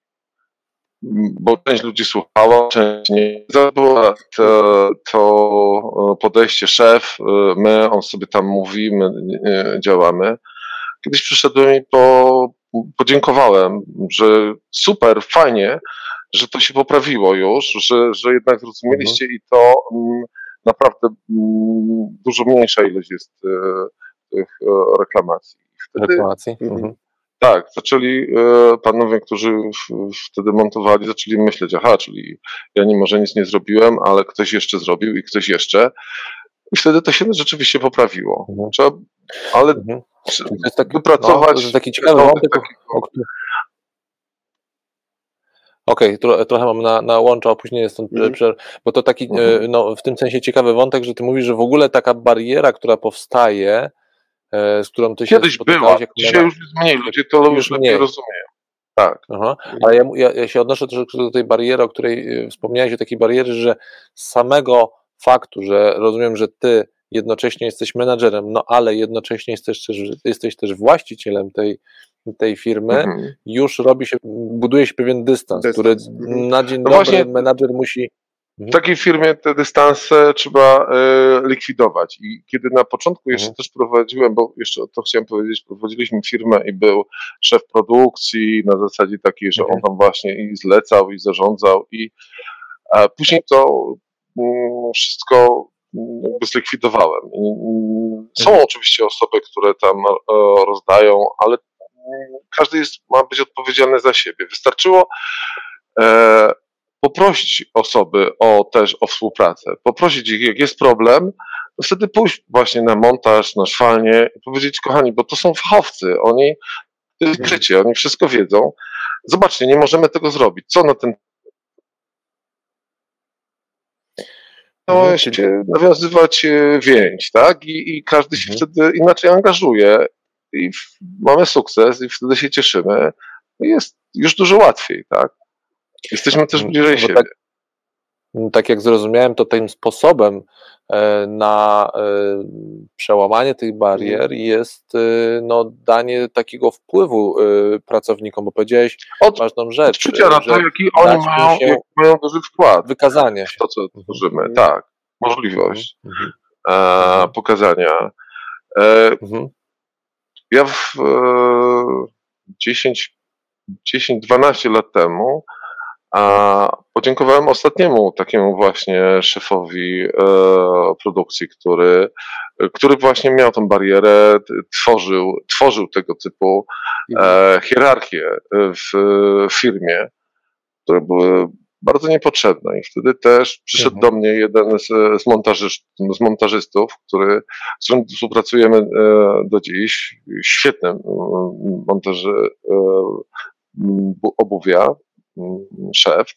S3: bo część ludzi słuchała, część nie. To było to, to podejście szef, my, on sobie tam mówi, my działamy. Kiedyś przyszedłem i po, podziękowałem, że super, fajnie, że to się poprawiło już, że, że jednak zrozumieliście mhm. i to m, naprawdę m, dużo mniejsza ilość jest e, tych e, reklamacji.
S2: Wtedy, reklamacji? Mhm.
S3: Tak, zaczęli e, panowie, którzy w, wtedy montowali, zaczęli myśleć, aha, czyli ja nie może nic nie zrobiłem, ale ktoś jeszcze zrobił i ktoś jeszcze. I wtedy to się rzeczywiście poprawiło. Mhm. Trzeba, ale
S2: mhm. to jest taki,
S3: wypracować...
S2: No, to jest taki ciekawy wątek, o którym... Okej, okay, tro, trochę mam na, na łącza opóźnienie stąd, mm. bo to taki mm. no, w tym sensie ciekawy wątek, że ty mówisz, że w ogóle taka bariera, która powstaje, z którą ty się
S3: Kiedyś była, dzisiaj już jest mniej, ludzie to już lepiej rozumieją. Tak.
S2: Aha. Ale ja, ja, ja się odnoszę troszeczkę do tej bariery, o której wspomniałeś, o takiej bariery, że z samego faktu, że rozumiem, że ty jednocześnie jesteś menadżerem, no ale jednocześnie jesteś też, jesteś też właścicielem tej, tej firmy, mhm. już robi się, buduje się pewien dystans, dystans. który mhm. na dzień no dobry właśnie... menadżer musi...
S3: W takiej firmie te dystanse trzeba y, likwidować i kiedy na początku jeszcze mhm. też prowadziłem, bo jeszcze to chciałem powiedzieć, prowadziliśmy firmę i był szef produkcji na zasadzie takiej, że mhm. on tam właśnie i zlecał i zarządzał i a później to y, wszystko jakby zlikwidowałem. I, y, są mhm. oczywiście osoby, które tam y, rozdają, ale y, każdy jest, ma być odpowiedzialny za siebie. Wystarczyło y, poprosić osoby o też o współpracę, poprosić ich, jak jest problem, to wtedy pójść właśnie na montaż, na szwalnię i powiedzieć, kochani, bo to są fachowcy, oni, to jest życie, oni wszystko wiedzą. Zobaczcie, nie możemy tego zrobić. Co na ten no, mhm. się nawiązywać więź, tak? I, i każdy się mhm. wtedy inaczej angażuje i w, mamy sukces i wtedy się cieszymy. Jest już dużo łatwiej, tak? Jesteśmy też bliżej no siebie.
S2: Tak, tak jak zrozumiałem, to tym sposobem na przełamanie tych barier jest no, danie takiego wpływu pracownikom, bo powiedziałeś
S3: od,
S2: ważną rzecz.
S3: Odczucia na to, jaki oni mają, jak mają duży wkład.
S2: Wykazanie
S3: w to, co tworzymy. Mhm. Tak, możliwość mhm. e, pokazania. E, mhm. Ja w e, dziesięć dwanaście lat temu a podziękowałem ostatniemu takiemu właśnie szefowi e, produkcji, który, który właśnie miał tą barierę, tworzył, tworzył tego typu e, hierarchie w, w firmie, które były bardzo niepotrzebne. I wtedy też przyszedł mhm. do mnie jeden z, z, montażyst, z montażystów, który, z którym współpracujemy e, do dziś, świetny montaży e, obuwia, szef.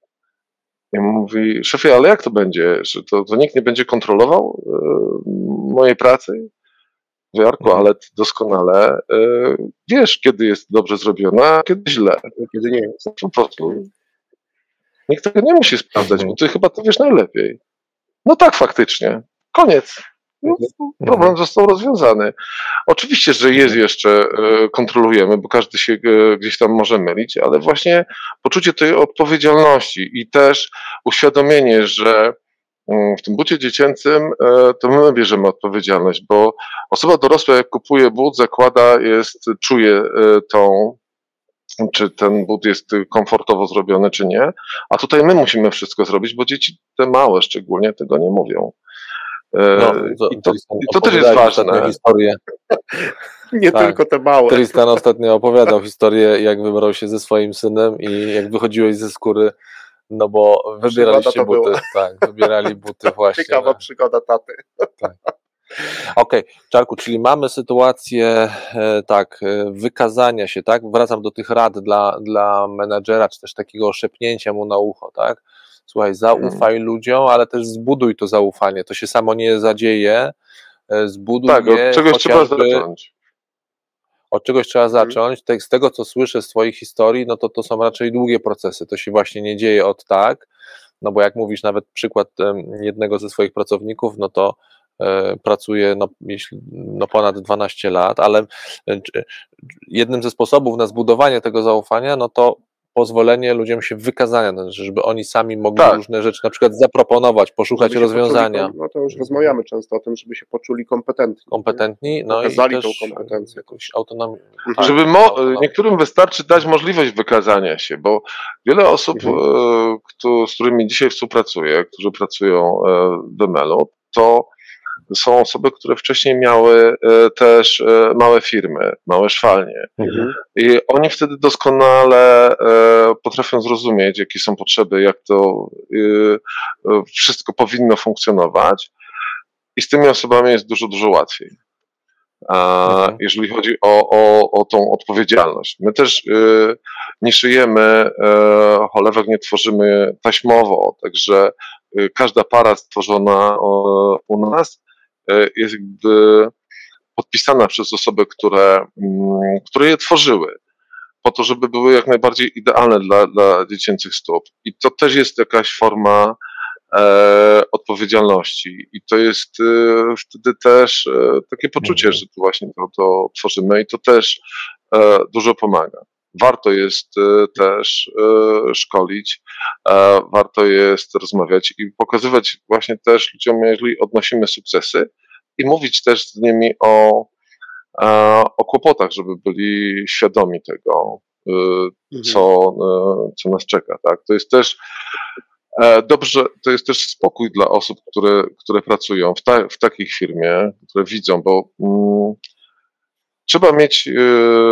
S3: I mówi, szefie, ale jak to będzie? Że to, to nikt nie będzie kontrolował y, mojej pracy? Mówię, Jarku, ale ty doskonale y, wiesz, kiedy jest dobrze zrobione, a kiedy źle. Kiedy nie jest. Po prostu nikt tego nie musi sprawdzać, bo ty chyba to wiesz najlepiej. No tak, faktycznie. Koniec. No, problem został rozwiązany. Oczywiście, że jest jeszcze, kontrolujemy, bo każdy się gdzieś tam może mylić, ale właśnie poczucie tej odpowiedzialności i też uświadomienie, że w tym bucie dziecięcym to my bierzemy odpowiedzialność, bo osoba dorosła jak kupuje but, zakłada, jest, czuje tą, czy ten but jest komfortowo zrobiony, czy nie, a tutaj my musimy wszystko zrobić, bo dzieci te małe szczególnie tego nie mówią.
S2: No, to,
S3: I, to, I to też jest ważne.
S2: Historię.
S1: Nie tak. tylko te małe.
S2: Tristan ostatnio opowiadał historię, jak wybrał się ze swoim synem i jak wychodziłeś ze skóry no bo wybieraliście buty,
S1: była.
S2: tak, wybierali buty właśnie.
S1: Ciekawa
S2: na...
S1: przygoda taty.
S2: Tak. Okej, okay. Czarku, czyli mamy sytuację e, tak, e, wykazania się, tak? Wracam do tych rad dla, dla menadżera, czy też takiego szepnięcia mu na ucho, tak? Słuchaj, zaufaj hmm. ludziom, ale też zbuduj to zaufanie. To się samo nie zadzieje. E, zbuduj
S3: tak,
S2: je
S3: od czegoś
S2: chociażby...
S3: trzeba zacząć.
S2: Od czegoś trzeba zacząć. Tak, z tego, co słyszę z twoich historii, no to to są raczej długie procesy. To się właśnie nie dzieje od tak, no bo jak mówisz, nawet przykład jednego ze swoich pracowników, no to pracuje no, jeśli, no ponad dwanaście lat, ale jednym ze sposobów na zbudowanie tego zaufania, no to pozwolenie ludziom się wykazania, żeby oni sami mogli tak. różne rzeczy na przykład zaproponować, poszukać rozwiązania.
S1: Poczuli, no to już rozmawiamy często o tym, żeby się poczuli kompetentni.
S2: Kompetentni, no
S1: Pokazali
S2: i też
S1: tą kompetencję.
S2: Jakąś autonomię.
S3: Tak, żeby mo- autonomię. Niektórym wystarczy dać możliwość wykazania się, bo wiele osób, mhm. e, kto, z którymi dzisiaj współpracuję, którzy pracują w D M L-u, to są osoby, które wcześniej miały e, też e, małe firmy, małe szwalnie. Mhm. I oni wtedy doskonale e, potrafią zrozumieć, jakie są potrzeby, jak to e, wszystko powinno funkcjonować. I z tymi osobami jest dużo, dużo łatwiej. A, mhm. Jeżeli chodzi o, o, o tą odpowiedzialność. My też e, nie szyjemy e, cholewek, nie tworzymy taśmowo, także e, każda para stworzona o, u nas jest jakby podpisana przez osoby, które, które je tworzyły, po to, żeby były jak najbardziej idealne dla, dla dziecięcych stóp. I to też jest jakaś forma e, odpowiedzialności. I to jest e, wtedy też e, takie poczucie, że to właśnie to, to tworzymy i to też e, dużo pomaga. Warto jest e, też e, szkolić, e, warto jest rozmawiać i pokazywać właśnie też ludziom, jeżeli odnosimy sukcesy, i mówić też z nimi o, e, o kłopotach, żeby byli świadomi tego, e, co, e, co nas czeka. Tak? To jest też e, dobrze, to jest też spokój dla osób, które, które pracują w, ta, w takiej firmie, które widzą, bo mm, trzeba mieć e,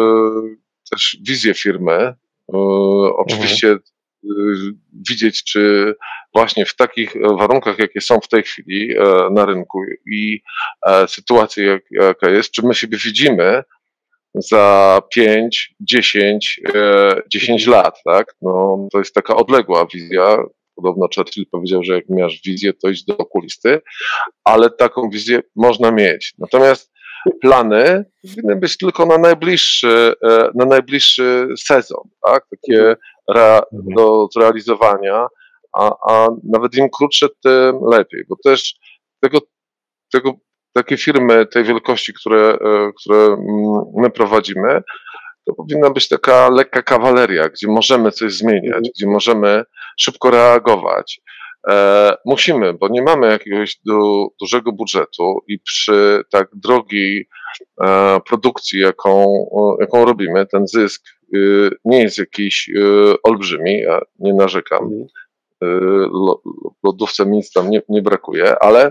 S3: też wizję firmy. E, oczywiście mhm. widzieć, czy właśnie w takich warunkach, jakie są w tej chwili na rynku i sytuacji, jak, jaka jest, czy my siebie widzimy za pięć, dziesięć, dziesięć lat, tak? No, to jest taka odległa wizja. Podobno Churchill powiedział, że jak masz wizję, to idź do okulisty, ale taką wizję można mieć. Natomiast plany powinny być tylko na najbliższy, na najbliższy sezon, tak? Takie re, do zrealizowania, a, a nawet im krótsze, tym lepiej, bo też tego, tego, takie firmy tej wielkości, które, które my prowadzimy, to powinna być taka lekka kawaleria, gdzie możemy coś zmieniać, gdzie możemy szybko reagować. E, musimy, bo nie mamy jakiegoś du, dużego budżetu i przy tak drogiej e, produkcji, jaką, jaką robimy, ten zysk y, nie jest jakiś y, olbrzymi, ja nie narzekam. Y, lo, lodówce nic tam nie, nie brakuje, ale,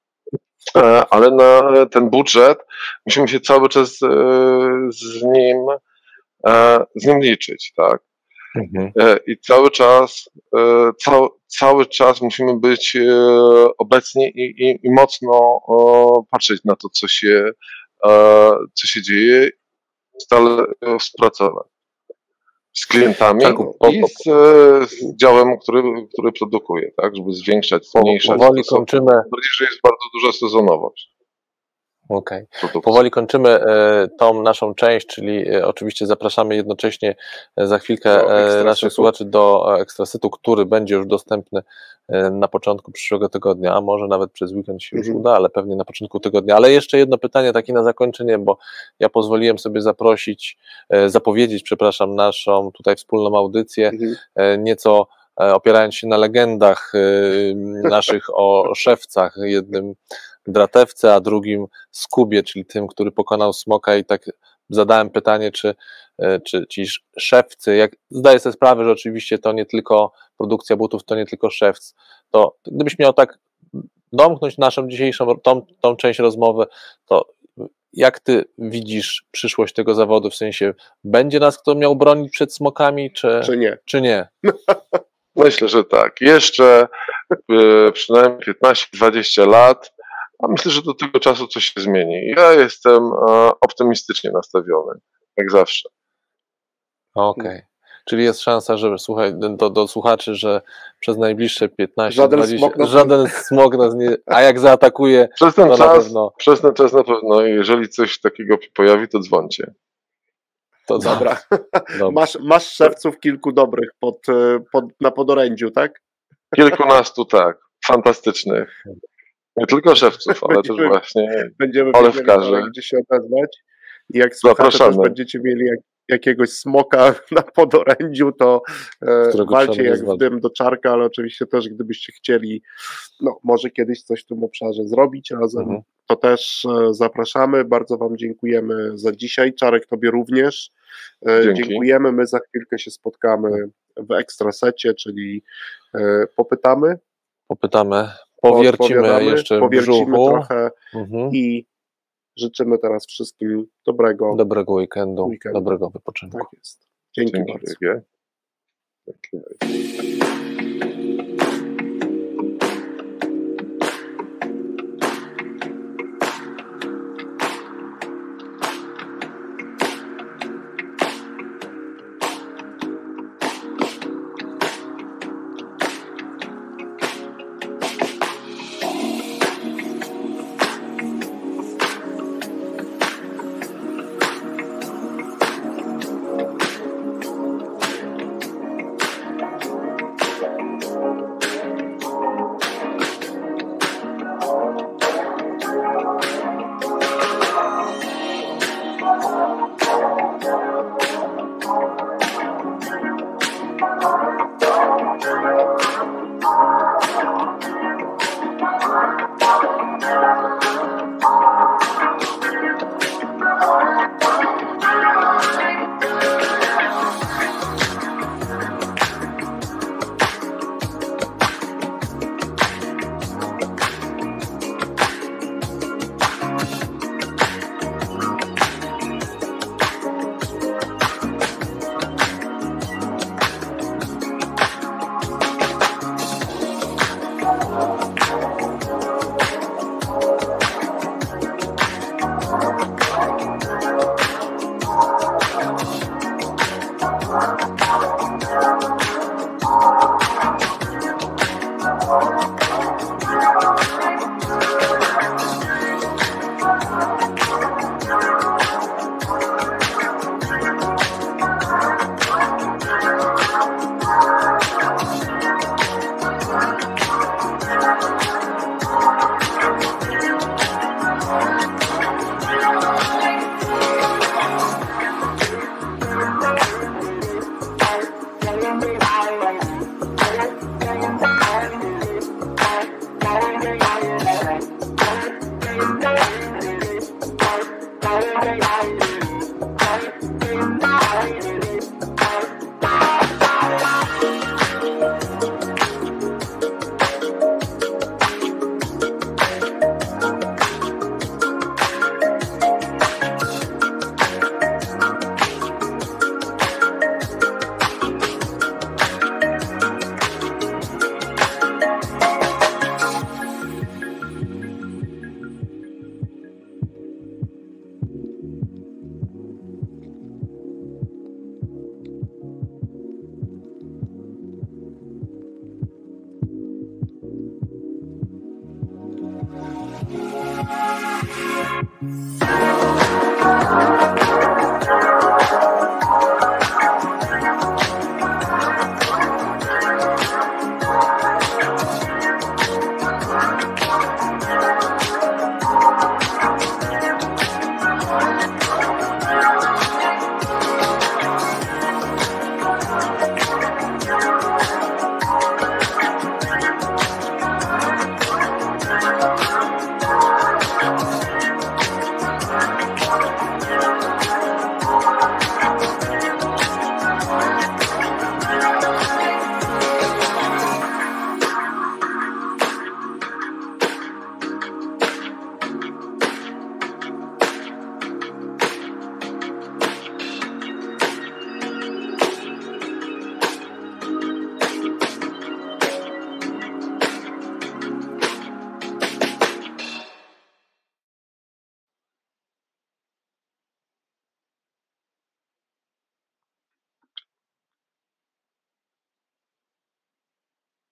S3: e, ale na ten budżet musimy się cały czas e, z nim e, z nim liczyć, tak? Mhm. I cały czas, cały, cały czas musimy być obecni i, i, i mocno patrzeć na to, co się, co się dzieje, stale współpracować z klientami tak, i z, z działem, który, który produkuje, tak, żeby zwiększać, zmniejszać.
S2: Powoli kończymy.
S3: Bardziej, że jest bardzo duża sezonowość.
S2: Okej. Okay. Powoli kończymy e, tą naszą część, czyli e, oczywiście zapraszamy jednocześnie e, za chwilkę e, naszych słuchaczy do Ekstrasytu, który będzie już dostępny e, na początku przyszłego tygodnia, a może nawet przez weekend się już mm-hmm. uda, ale pewnie na początku tygodnia. Ale jeszcze jedno pytanie takie na zakończenie, bo ja pozwoliłem sobie zaprosić, e, zapowiedzieć, przepraszam, naszą tutaj wspólną audycję, mm-hmm. e, nieco e, opierając się na legendach e, naszych o szewcach, jednym Dratewce, a drugim Skubie, czyli tym, który pokonał smoka i tak zadałem pytanie, czy, czy ci szewcy, jak zdaję sobie sprawę, że oczywiście to nie tylko produkcja butów, to nie tylko szewc, to gdybyś miał tak domknąć naszą dzisiejszą, tą, tą część rozmowy, to jak ty widzisz przyszłość tego zawodu, w sensie będzie nas kto miał bronić przed smokami, czy,
S1: czy nie?
S2: Czy nie?
S3: Myślę, że tak. Jeszcze y, przynajmniej piętnaście dwadzieścia lat, a myślę, że do tego czasu coś się zmieni. Ja jestem y, optymistycznie nastawiony, jak zawsze.
S2: Okej. Okay. Czyli jest szansa, że słuchaj, do, do słuchaczy, że przez najbliższe piętnaście
S1: żaden
S2: dwadzieścia
S1: smok nas
S2: żaden smok nas nie. A jak zaatakuje,
S3: przez ten
S2: to
S3: czas,
S2: na pewno.
S3: Przez ten czas na pewno, jeżeli coś takiego pojawi, to dzwońcie.
S2: To
S1: Dobra.
S2: Dobra.
S1: Masz, masz szewców kilku dobrych pod, pod, na podorędziu, tak?
S3: Kilkunastu, tak. Fantastycznych. Nie tylko szewców, ale
S1: Będziemy-
S3: też właśnie
S1: Będziemy
S3: Olewkarze.
S1: wiedzieli, gdzie się odezwać. I jak słuchacze też
S3: Zapraszamy.
S1: będziecie mieli jak, jakiegoś smoka na podorędziu, to e,
S2: Którego
S1: walcie
S2: trzeba
S1: jak
S2: nie
S1: w dym do czarka, ale oczywiście też gdybyście chcieli, no może kiedyś coś w tym obszarze zrobić razem,
S2: Mhm.
S1: to też e, zapraszamy. Bardzo Wam dziękujemy za dzisiaj. Czarek, Tobie również. E,
S3: Dzięki.
S1: dziękujemy. My za chwilkę się spotkamy w ekstrasecie, czyli e, popytamy,
S2: popytamy, powiercimy
S1: poodpowiadamy,
S2: jeszcze w
S1: powiercimy
S2: brzuchu.
S1: trochę
S2: Mhm.
S1: i życzymy teraz wszystkim dobrego.
S2: Dobrego weekendu,
S1: Weekendu.
S2: dobrego wypoczynku.
S1: Tak jest. Dzięki,
S3: Dzięki
S1: bardzo.
S3: wielkie. Dzięki.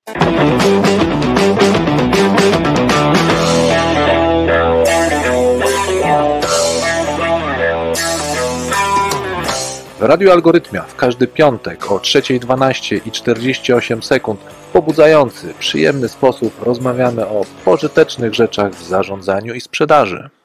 S2: W Radiu Algorytmia w każdy piątek o trzeciej dwanaście i czterdzieści osiem sekund w pobudzający, przyjemny sposób rozmawiamy o pożytecznych rzeczach w zarządzaniu i sprzedaży.